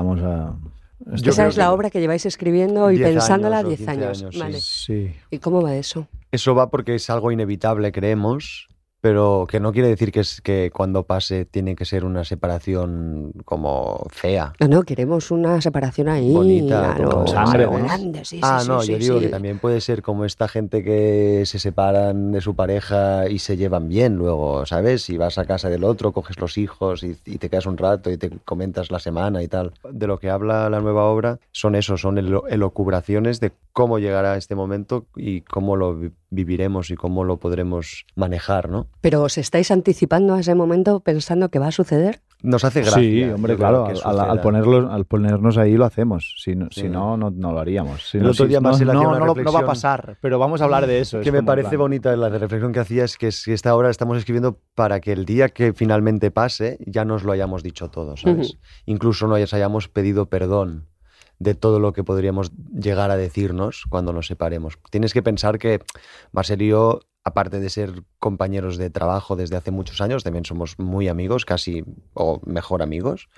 B: Esa es la obra que lleváis escribiendo y pensándola 10
J: años.
B: Vale.
K: Sí.
B: ¿Y cómo va eso?
J: Eso va porque es algo inevitable, creemos, pero que no quiere decir que cuando pase tiene que ser una separación como fea.
B: No, queremos una separación ahí.
J: Bonita,
K: con sangre, ¿no?
B: Grande, sí,
J: yo digo que también puede ser como esta gente que se separan de su pareja y se llevan bien luego, ¿sabes? Y vas a casa del otro, coges los hijos y te quedas un rato y te comentas la semana y tal. De lo que habla la nueva obra son elucubraciones de cómo llegará este momento y cómo lo viviremos y cómo lo podremos manejar, ¿no?
B: Pero ¿os estáis anticipando a ese momento pensando que va a suceder?
J: Nos hace gracia.
K: Sí, hombre, claro, al ponernos ahí lo hacemos. Si no lo haríamos.
J: El otro día Marcel hacía una reflexión.
K: No va a pasar, pero vamos a hablar de eso.
J: Que me parece bonita la reflexión que hacía, es que esta obra la estamos escribiendo para que el día que finalmente pase ya nos lo hayamos dicho todos, ¿sabes? Incluso nos hayamos pedido perdón de todo lo que podríamos llegar a decirnos cuando nos separemos. Tienes que pensar que Marcel y yo, aparte de ser compañeros de trabajo desde hace muchos años, también somos muy amigos, casi o mejor amigos,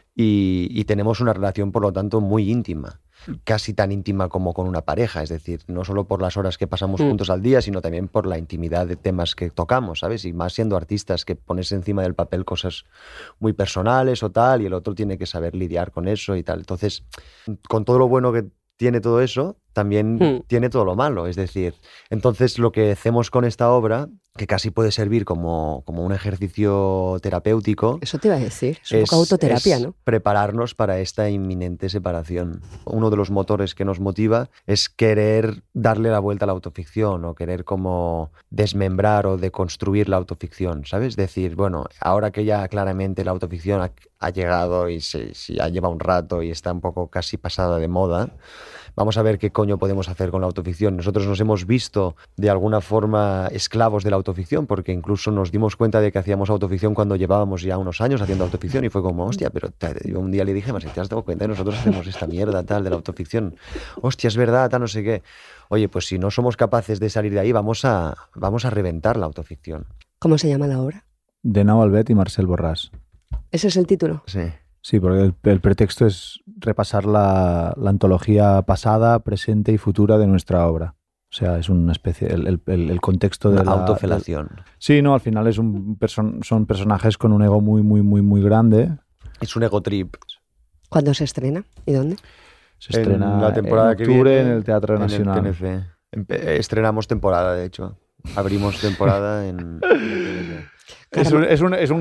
J: y tenemos una relación, por lo tanto, muy íntima. Casi tan íntima como con una pareja, es decir, no solo por las horas que pasamos juntos al día, sino también por la intimidad de temas que tocamos, ¿sabes? Y más siendo artistas, que pones encima del papel cosas muy personales o tal, y el otro tiene que saber lidiar con eso y tal. Entonces, con todo lo bueno que tiene todo eso, también tiene todo lo malo, es decir, entonces lo que hacemos con esta obra, que casi puede servir como un ejercicio terapéutico.
B: Eso te iba a decir, es un poco autoterapia, ¿no?
J: Prepararnos para esta inminente separación. Uno de los motores que nos motiva es querer darle la vuelta a la autoficción o querer como desmembrar o deconstruir la autoficción, ¿sabes? Decir, bueno, ahora que ya claramente la autoficción ha llegado y ya lleva un rato y está un poco casi pasada de moda, vamos a ver qué coño podemos hacer con la autoficción. Nosotros nos hemos visto de alguna forma esclavos de la autoficción, porque incluso nos dimos cuenta de que hacíamos autoficción cuando llevábamos ya unos años haciendo autoficción y fue como, hostia, pero yo un día le dije, Marcel, ¿te has dado cuenta de nosotros hacemos esta mierda tal de la autoficción? Hostia, es verdad, tal no sé qué. Oye, pues si no somos capaces de salir de ahí, vamos a reventar la autoficción.
B: ¿Cómo se llama la obra?
K: De Nau Albet y Marcel Borràs.
B: ¿Ese es el título?
J: Sí.
K: Sí, porque el pretexto es repasar la antología pasada, presente y futura de nuestra obra. O sea, es una especie, el contexto de la
J: autofelación.
K: Sí, no, al final son personajes con un ego muy, muy, muy, muy grande.
J: Es un ego trip.
B: ¿Cuándo se estrena? ¿Y dónde?
K: Se estrena en la temporada en octubre que viene, en el Teatro Nacional.
J: En el PNC. Estrenamos temporada, de hecho. Abrimos temporada en el PNC.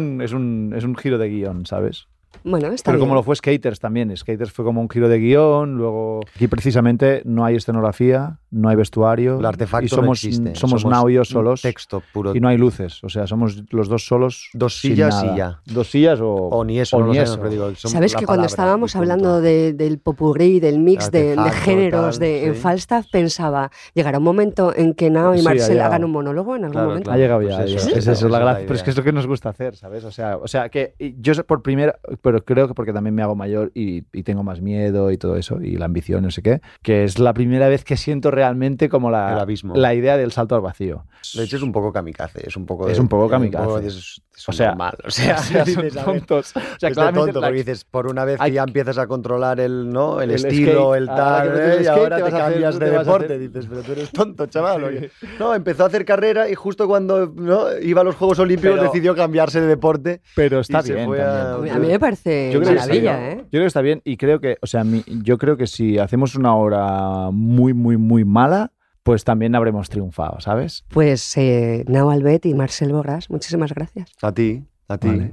K: Es un giro de guión, ¿sabes?
B: Bueno, está
K: Pero
B: bien.
K: como lo fue Skaters también. Skaters fue como un giro de guión, luego... Aquí precisamente no hay escenografía, no hay vestuario.
J: El artefacto
K: y somos,
J: no existe.
K: Somos Nau y yo solos.
J: Texto puro.
K: Y no hay luces. O sea, somos los dos solos.
J: Dos sillas
K: sin nada.
J: y ya.
K: Dos sillas o
J: ni eso.
K: O
J: no
K: ni
J: lo
K: eso.
J: Pero digo,
B: ¿Sabes que cuando estábamos hablando del popurrí, del mix de géneros en Falstaff, pensaba, llegará un momento en que Nau y Marcel hagan un monólogo en algún momento?
K: Ha llegado ya.
J: Pues
K: Es eso, la gracia. Pero es que es lo que nos gusta hacer, ¿sabes? O sea que yo por primera... Pero creo que porque también me hago mayor y tengo más miedo y todo eso, y la ambición, no sé qué, que es la primera vez que siento realmente como la idea del salto al vacío.
J: De hecho, es un poco kamikaze. Es un poco
K: kamikaze.
J: Normal. O sea,
K: son tontos. O sea, claramente
J: tonto, porque dices, por una vez que ya empiezas a controlar el estilo,
K: skate,
J: el tal, y ahora te cambias de deporte.
K: Dices,
J: pero tú eres tonto, chaval. Sí. No, empezó a hacer carrera y justo cuando iba a los Juegos Olímpicos decidió cambiarse de deporte.
K: Pero está bien.
B: A mí me parece maravilla, ¿eh?
K: Yo creo que está bien y creo que, yo creo que si hacemos una obra muy, muy, muy mala, pues también habremos triunfado, ¿sabes?
B: Pues Nau Albet y Marcel Borràs, muchísimas gracias.
J: A ti. Vale.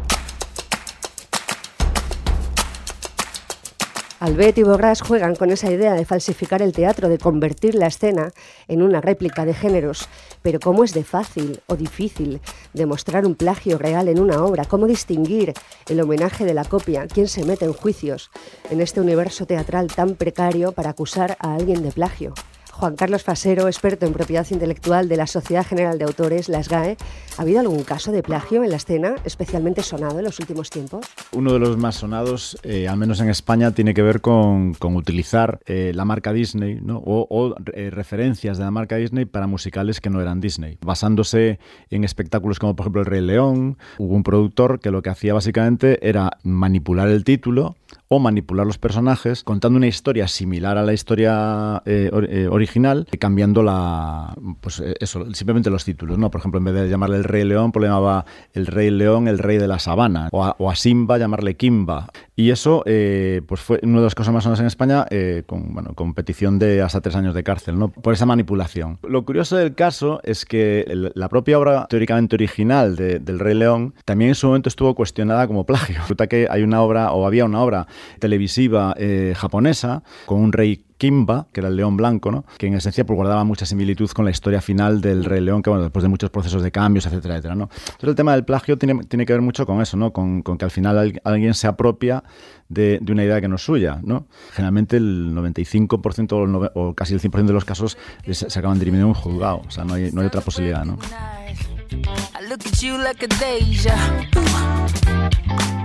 B: Albet y Borràs juegan con esa idea de falsificar el teatro, de convertir la escena en una réplica de géneros. Pero ¿cómo es de fácil o difícil demostrar un plagio real en una obra? ¿Cómo distinguir el homenaje de la copia? ¿Quién se mete en juicios en este universo teatral tan precario para acusar a alguien de plagio? Juan Carlos Fasero, experto en propiedad intelectual de la Sociedad General de Autores, la SGAE. ¿Ha habido algún caso de plagio en la escena especialmente sonado en los últimos tiempos?
N: Uno de los más sonados, al menos en España, tiene que ver con utilizar la marca Disney, ¿no? o referencias de la marca Disney para musicales que no eran Disney. Basándose en espectáculos como, por ejemplo, El Rey León, hubo un productor que lo que hacía básicamente era manipular el título o manipular los personajes contando una historia similar a la historia original, cambiando simplemente los títulos, ¿no? Por ejemplo, en vez de llamarle El Rey León, pues le llamaba El Rey León, el Rey de la Sabana, o a Simba llamarle Kimba. Y eso pues fue una de las cosas más sonadas en España, con petición de hasta 3 años de cárcel, ¿no? Por esa manipulación. Lo curioso del caso es que la propia obra teóricamente original del Rey León también en su momento estuvo cuestionada como plagio. Resulta que había una obra televisiva japonesa con un rey Kimba, que era el león blanco, ¿no? Que en esencia pues, guardaba mucha similitud con la historia final del Rey León, que después de muchos procesos de cambios, etcétera, etcétera, ¿no? Entonces el tema del plagio tiene que ver mucho con eso, ¿no? Con que al final alguien se apropia de una idea que no es suya, ¿no? Generalmente el 95% o casi el 100% de los casos se acaban dirimiendo en un juzgado, o sea, no hay otra posibilidad, ¿no?
O: I look at you like a deja. Yeah.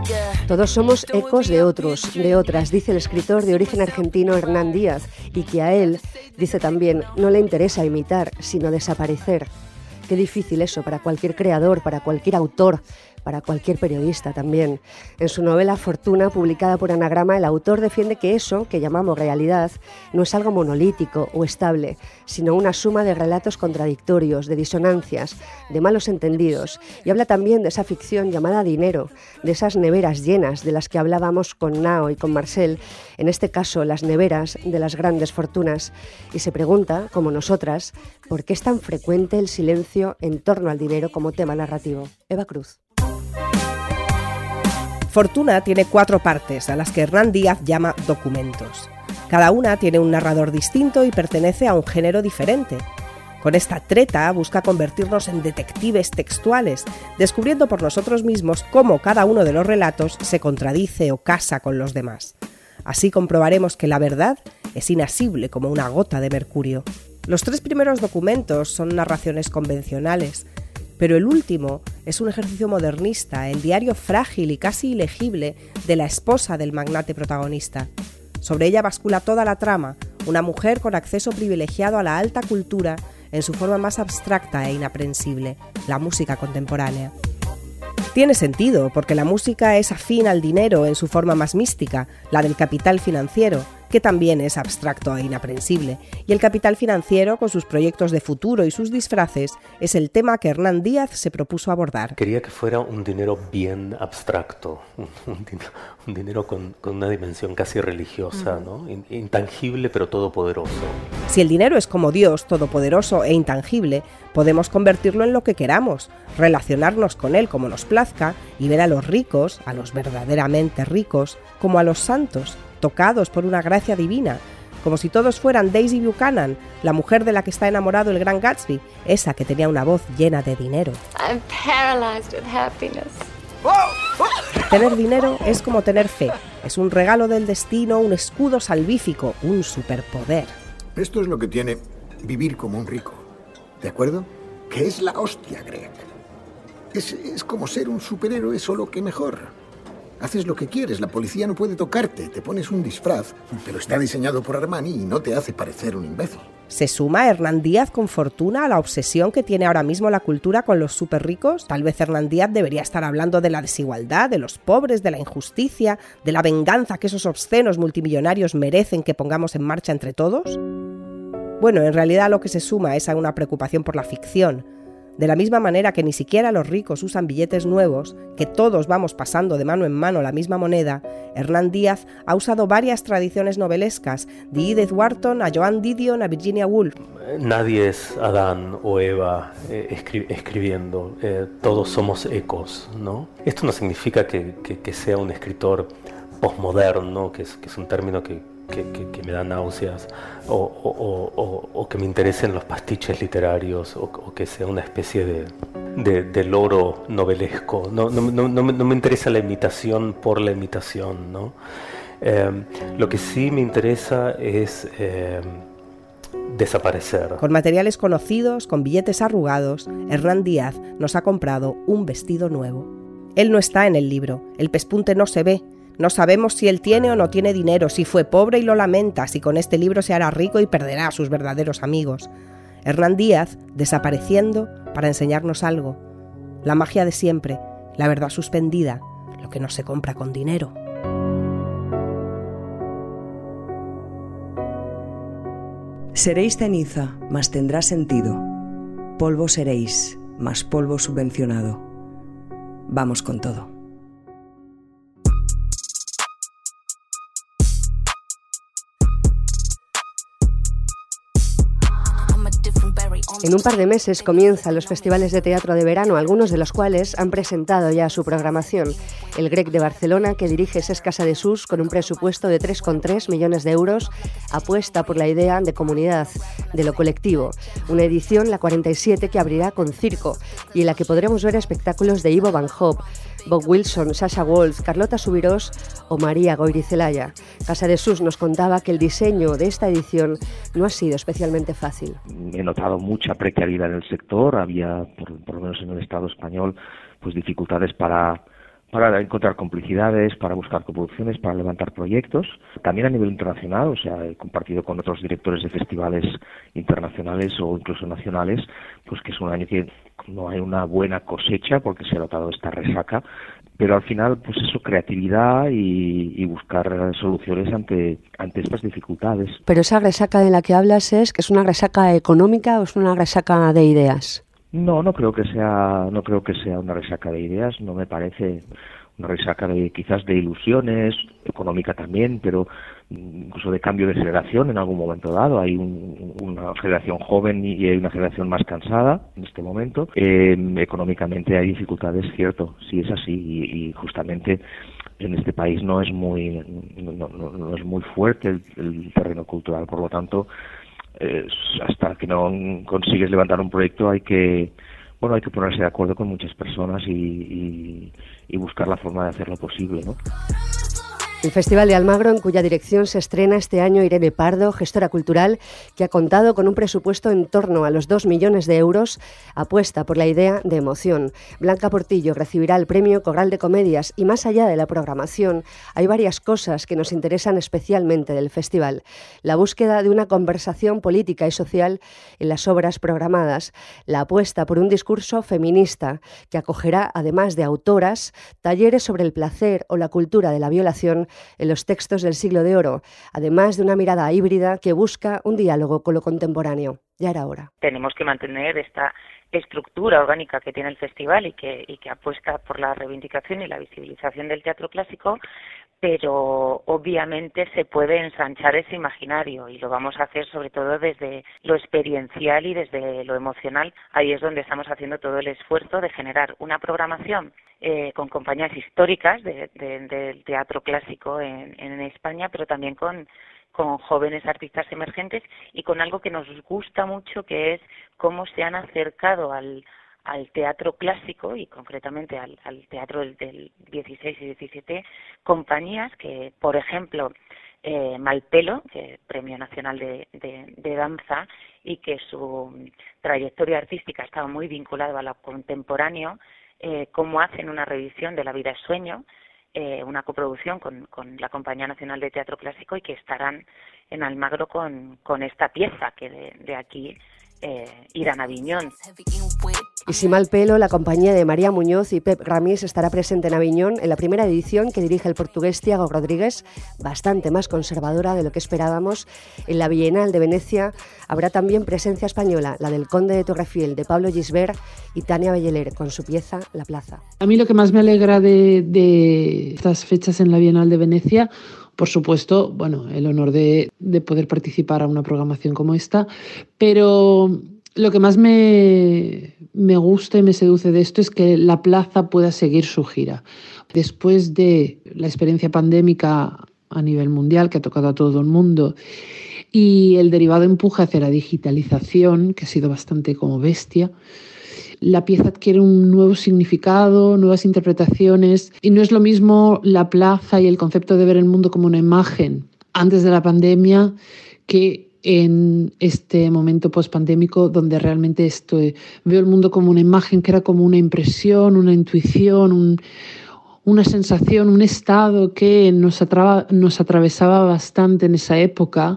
B: Todos somos ecos de otros, de otras, dice el escritor de origen argentino Hernán Díaz, y que a él, dice también, no le interesa imitar, sino desaparecer. Qué difícil eso para cualquier creador, para cualquier autor, para cualquier periodista también. En su novela Fortuna, publicada por Anagrama, el autor defiende que eso, que llamamos realidad, no es algo monolítico o estable, sino una suma de relatos contradictorios, de disonancias, de malos entendidos. Y habla también de esa ficción llamada dinero, de esas neveras llenas de las que hablábamos con Nao y con Marcel, en este caso las neveras de las grandes fortunas. Y se pregunta, como nosotras, ¿por qué es tan frecuente el silencio en torno al dinero como tema narrativo? Eva Cruz.
O: Fortuna tiene 4 partes, a las que Hernán Díaz llama documentos. Cada una tiene un narrador distinto y pertenece a un género diferente. Con esta treta busca convertirnos en detectives textuales, descubriendo por nosotros mismos cómo cada uno de los relatos se contradice o casa con los demás. Así comprobaremos que la verdad es inasible como una gota de mercurio. Los 3 primeros documentos son narraciones convencionales, pero el último es un ejercicio modernista, el diario frágil y casi ilegible de la esposa del magnate protagonista. Sobre ella bascula toda la trama, una mujer con acceso privilegiado a la alta cultura en su forma más abstracta e inaprensible, la música contemporánea. Tiene sentido, porque la música es afín al dinero en su forma más mística, la del capital financiero, que también es abstracto e inaprensible, y el capital financiero, con sus proyectos de futuro y sus disfraces, es el tema que Hernán Díaz se propuso abordar.
P: Quería que fuera un dinero bien abstracto, un dinero con una dimensión casi religiosa, ¿no? Intangible pero todopoderoso.
O: Si el dinero es como Dios, todopoderoso e intangible, podemos convertirlo en lo que queramos, relacionarnos con él como nos plazca y ver a los ricos, a los verdaderamente ricos, como a los santos, tocados por una gracia divina, como si todos fueran Daisy Buchanan, la mujer de la que está enamorado el gran Gatsby, esa que tenía una voz llena de dinero.
Q: I'm paralyzed with happiness.
O: Tener dinero es como tener fe, es un regalo del destino, un escudo salvífico, un superpoder.
R: Esto es lo que tiene vivir como un rico, ¿de acuerdo? Que es la hostia, Greg. Es como ser un superhéroe, solo que mejor. Haces lo que quieres, la policía no puede tocarte, te pones un disfraz, pero está diseñado por Armani y no te hace parecer un imbécil.
O: ¿Se suma Hernán Díaz con Fortuna a la obsesión que tiene ahora mismo la cultura con los superricos? Tal vez Hernán Díaz debería estar hablando de la desigualdad, de los pobres, de la injusticia, de la venganza que esos obscenos multimillonarios merecen que pongamos en marcha entre todos. Bueno, en realidad lo que se suma es a una preocupación por la ficción. De la misma manera que ni siquiera los ricos usan billetes nuevos, que todos vamos pasando de mano en mano la misma moneda, Hernán Díaz ha usado varias tradiciones novelescas, de Edith Wharton a Joan Didion a Virginia Woolf.
P: Nadie es Adán o Eva escribiendo, todos somos ecos, ¿no? Esto no significa que sea un escritor postmoderno, que es un término que me da náuseas, o que me interesen los pastiches literarios, o que sea una especie de loro novelesco. No me interesa la imitación por la imitación, ¿no? Lo que sí me interesa es desaparecer.
O: Con materiales conocidos, con billetes arrugados, Hernán Díaz nos ha comprado un vestido nuevo. Él no está en el libro, el pespunte no se ve. No sabemos si él tiene o no tiene dinero, si fue pobre y lo lamenta, si con este libro se hará rico y perderá a sus verdaderos amigos. Hernán Díaz desapareciendo para enseñarnos algo. La magia de siempre, la verdad suspendida, lo que no se compra con dinero.
S: Seréis ceniza, mas tendrá sentido. Polvo seréis, mas polvo subvencionado. Vamos con todo.
B: En un par de meses comienzan los festivales de teatro de verano, algunos de los cuales han presentado ya su programación. El Grec de Barcelona, que dirige Ses Casadesús con un presupuesto de 3,3 millones de euros, apuesta por la idea de comunidad, de lo colectivo. Una edición, la 47, que abrirá con circo y en la que podremos ver espectáculos de Ivo Van Hove, Bob Wilson, Sasha Wolf, Carlota Subirós o María Goirizelaya. Casadesús nos contaba que el diseño de esta edición no ha sido especialmente fácil.
T: He notado mucha precariedad en el sector, había, por lo menos en el Estado español, pues dificultades para para encontrar complicidades, para buscar coproducciones, para levantar proyectos. También a nivel internacional, o sea, he compartido con otros directores de festivales internacionales o incluso nacionales, pues que es un año que no hay una buena cosecha porque se ha notado esta resaca, pero al final, pues eso, creatividad y buscar soluciones ante estas dificultades.
B: Pero esa resaca de la que hablas ¿es una resaca económica o es una resaca de ideas?
T: No creo que sea una resaca de ideas, no me parece una resaca quizás de ilusiones, económica también, pero incluso de cambio de generación en algún momento dado. Hay una generación joven y hay una generación más cansada en este momento. Económicamente hay dificultades, cierto, sí es así, y justamente en este país no es muy fuerte el terreno cultural, por lo tanto, hasta que no consigues levantar un proyecto hay que ponerse de acuerdo con muchas personas y buscar la forma de hacerlo posible, ¿no?
B: El Festival de Almagro, en cuya dirección se estrena este año Irene Pardo, gestora cultural, que ha contado con un presupuesto en torno a los 2 millones de euros, apuesta por la idea de emoción. Blanca Portillo recibirá el premio Corral de Comedias y más allá de la programación, hay varias cosas que nos interesan especialmente del festival. La búsqueda de una conversación política y social en las obras programadas, la apuesta por un discurso feminista que acogerá, además de autoras, talleres sobre el placer o la cultura de la violación en los textos del siglo de oro, además de una mirada híbrida que busca un diálogo con lo contemporáneo. Ya era hora.
U: Tenemos que mantener esta estructura orgánica que tiene el festival y que apuesta por la reivindicación y la visibilización del teatro clásico, pero obviamente se puede ensanchar ese imaginario y lo vamos a hacer sobre todo desde lo experiencial y desde lo emocional. Ahí es donde estamos haciendo todo el esfuerzo de generar una programación con compañías históricas del teatro clásico en España, pero también con jóvenes artistas emergentes y con algo que nos gusta mucho, que es cómo se han acercado al teatro clásico y concretamente al teatro del 16 y 17 compañías que, por ejemplo, Malpelo, que es Premio Nacional de Danza y que su trayectoria artística estaba muy vinculada a lo contemporáneo, cómo hacen una revisión de La vida es sueño, una coproducción con la Compañía Nacional de Teatro Clásico y que estarán en Almagro con esta pieza que de aquí irán a Aviñón.
B: Y si mal pelo, la compañía de María Muñoz y Pep Ramis estará presente en Aviñón en la primera edición que dirige el portugués Tiago Rodríguez, bastante más conservadora de lo que esperábamos. En la Bienal de Venecia habrá también presencia española, la del Conde de Torrefiel, de Pablo Gisbert y Tania Belleler, con su pieza La Plaza.
V: A mí lo que más me alegra de estas fechas en la Bienal de Venecia, por supuesto, el honor de poder participar a una programación como esta, pero lo que más me gusta y me seduce de esto es que La Plaza pueda seguir su gira. Después de la experiencia pandémica a nivel mundial, que ha tocado a todo el mundo, y el derivado empuje hacia la digitalización, que ha sido bastante como bestia, la pieza adquiere un nuevo significado, nuevas interpretaciones, y no es lo mismo la plaza y el concepto de ver el mundo como una imagen antes de la pandemia que en este momento pospandémico, donde realmente veo el mundo como una imagen que era como una impresión, una intuición, una sensación, un estado que nos atravesaba bastante en esa época.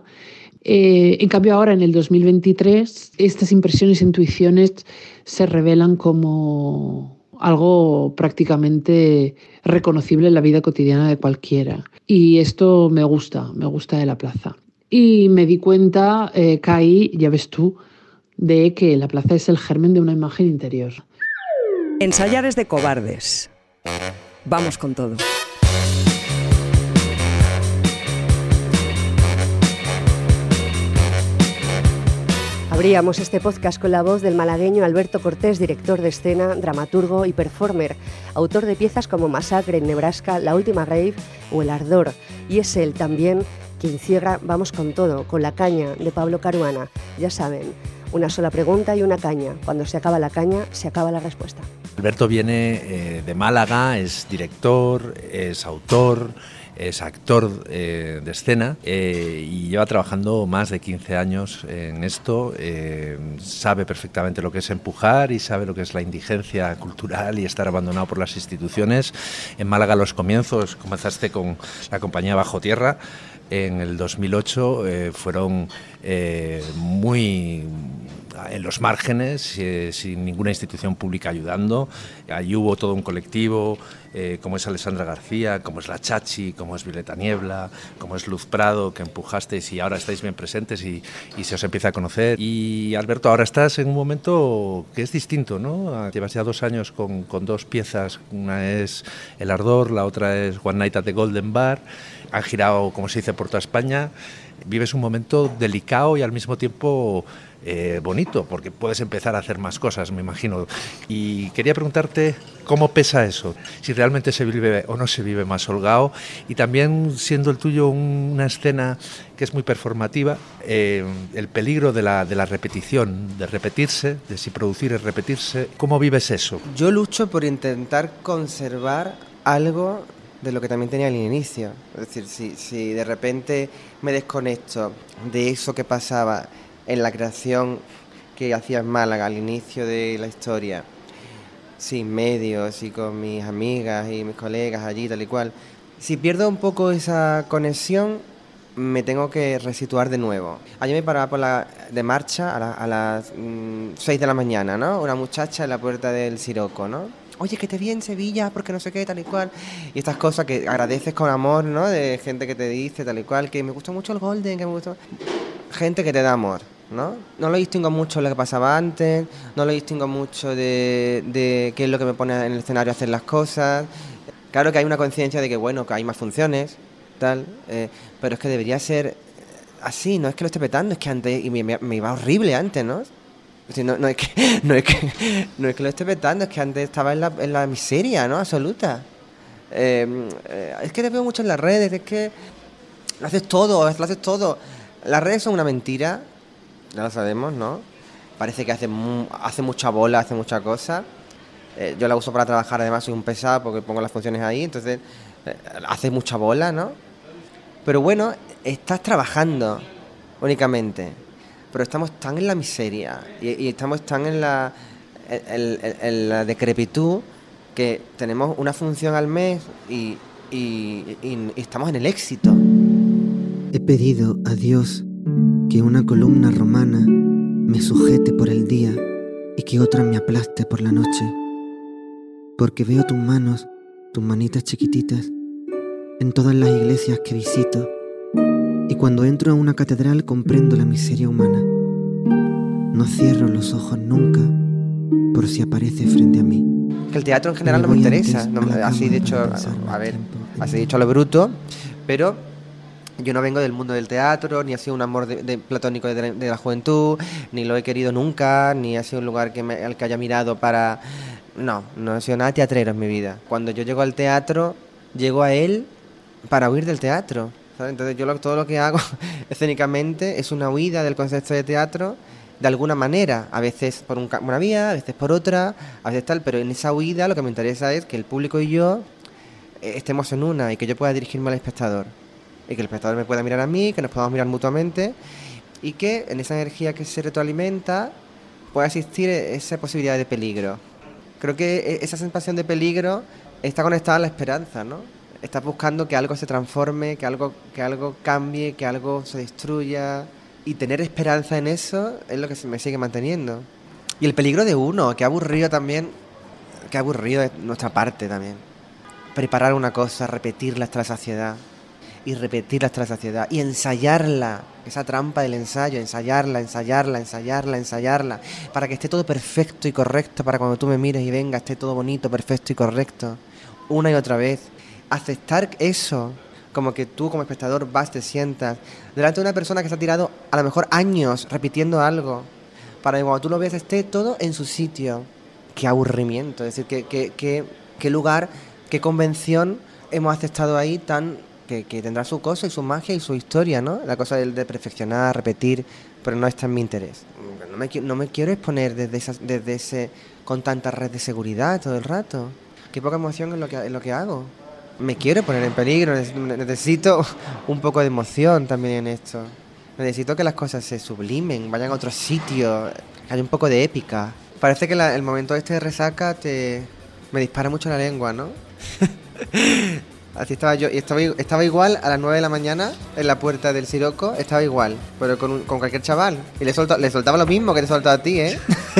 V: En cambio ahora, en el 2023, estas impresiones e intuiciones se revelan como algo prácticamente reconocible en la vida cotidiana de cualquiera. Y esto me gusta de La Plaza. Y me di cuenta, caí, ya ves tú, de que La Plaza es el germen de una imagen interior.
S: Ensayar es de cobardes. Vamos con todo.
B: Abríamos este podcast con la voz del malagueño Alberto Cortés, director de escena, dramaturgo y performer, autor de piezas como Masacre en Nebraska, La Última Rave o El Ardor. Y es él también quien cierra Vamos con todo, con La Caña, de Pablo Caruana. Ya saben, una sola pregunta y una caña. Cuando se acaba la caña, se acaba la respuesta.
W: Alberto viene de Málaga, es director, es autor,
A: es actor de escena y lleva trabajando más de 15 años en esto, sabe perfectamente lo que es empujar y sabe lo que es la indigencia cultural y estar abandonado por las instituciones. En Málaga los comienzos, comenzaste con la compañía Bajo Tierra, en el 2008 fueron muy en los márgenes, sin ninguna institución pública ayudando. Allí hubo todo un colectivo, como es Alessandra García, como es La Chachi, como es Violeta Niebla, como es Luz Prado, que empujasteis y ahora estáis bien presentes y se os empieza a conocer. Y Alberto, ahora estás en un momento que es distinto, ¿no? Llevas ya 2 años con 2 piezas, una es El Ardor, la otra es One Night at the Golden Bar. Han girado, como se dice, por toda España. Vives un momento delicado y al mismo tiempo bonito, porque puedes empezar a hacer más cosas, me imagino. Y quería preguntarte cómo pesa eso, si realmente se vive o no se vive más holgado, y también siendo el tuyo una escena que es muy performativa, el peligro de la repetición, de repetirse, de si producir es repetirse. ¿Cómo vives eso?
D: Yo lucho por intentar conservar algo de lo que también tenía al inicio. Es decir, si de repente me desconecto de eso que pasaba en la creación que hacía en Málaga al inicio de la historia, sin medios y con mis amigas y mis colegas allí, tal y cual, si pierdo un poco esa conexión, me tengo que resituar de nuevo. Ayer me paraba de marcha a las 6 de la mañana, ¿no? Una muchacha en la puerta del Siroco, ¿no? Oye, que te vi en Sevilla, porque no sé qué, tal y cual. Y estas cosas que agradeces con amor, ¿no? De gente que te dice, tal y cual, que me gustó mucho el Golden, que me gustó. Gente que te da amor, ¿no? No lo distingo mucho de lo que pasaba antes, no lo distingo mucho de qué es lo que me pone en el escenario a hacer las cosas. Claro que hay una conciencia de que, bueno, que hay más funciones, tal, pero es que debería ser así, no es que lo esté petando, es que antes, y me iba horrible antes, ¿no? No es que lo esté petando, es que antes estaba en la miseria, ¿no? Absoluta. Es que te veo mucho en las redes, es que lo haces todo. Las redes son una mentira, ya lo sabemos, ¿no? Parece que hace mucha bola, hace mucha cosa. Yo la uso para trabajar, además soy un pesado porque pongo las funciones ahí, entonces hace mucha bola, ¿no? Pero bueno, estás trabajando únicamente. Pero estamos tan en la miseria y estamos tan en la decrepitud que tenemos una función al mes y estamos en el éxito.
W: He pedido a Dios que una columna romana me sujete por el día y que otra me aplaste por la noche. Porque veo tus manos, tus manitas chiquititas, en todas las iglesias que visito. Y cuando entro a una catedral comprendo la miseria humana. No cierro los ojos nunca por si aparece frente a mí.
D: Que el teatro en general no me interesa. Así dicho a lo bruto, pero yo no vengo del mundo del teatro, ni ha sido un amor platónico de la juventud, ni lo he querido nunca, ni ha sido un lugar al que haya mirado para... No he sido nada teatrero en mi vida. Cuando yo llego al teatro, llego a él para huir del teatro. ¿Sabes? Entonces yo todo lo que hago escénicamente es una huida del concepto de teatro de alguna manera, a veces por una vía, a veces por otra, a veces tal, pero en esa huida lo que me interesa es que el público y yo estemos en una y que yo pueda dirigirme al espectador y que el espectador me pueda mirar a mí, que nos podamos mirar mutuamente y que en esa energía que se retroalimenta pueda existir esa posibilidad de peligro. Creo que esa sensación de peligro está conectada a la esperanza, ¿no? Estás buscando que algo se transforme, que algo cambie, que algo se destruya. Y tener esperanza en eso es lo que me sigue manteniendo. Y el peligro de uno, que aburrido también, que aburrido de nuestra parte también. Preparar una cosa, repetirla hasta la saciedad. Y repetirla hasta la saciedad. Y ensayarla, esa trampa del ensayo, ensayarla. Para que esté todo perfecto y correcto, para cuando tú me mires y venga, esté todo bonito, perfecto y correcto. Una y otra vez. Aceptar eso, como que tú como espectador vas, te sientas delante de una persona que se ha tirado a lo mejor años repitiendo algo, para que cuando tú lo ves esté todo en su sitio. Qué aburrimiento, es decir, qué lugar, qué convención hemos aceptado ahí que tendrá su cosa y su magia y su historia, ¿no? La cosa de perfeccionar, repetir, pero no está en mi interés. No me quiero exponer desde ese con tanta red de seguridad todo el rato. Qué poca emoción en lo que hago. me quiero poner en peligro, necesito un poco de emoción también en esto. Necesito que las cosas se sublimen, vayan a otro sitio, que haya un poco de épica. Parece que el momento este de resaca me dispara mucho la lengua, ¿no? Así estaba yo, y estaba igual a las 9 de la mañana en la puerta del Siroco, estaba igual, pero con cualquier chaval. Y le soltaba lo mismo que te he soltado a ti, ¿eh?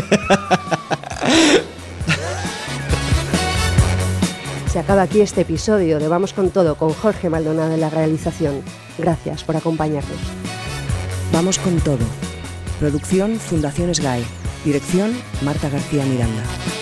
B: Se acaba aquí este episodio de Vamos con Todo con Jorge Maldonado en la realización. Gracias por acompañarnos.
S: Vamos con Todo. Producción Fundación SGAE. Dirección Marta García Miranda.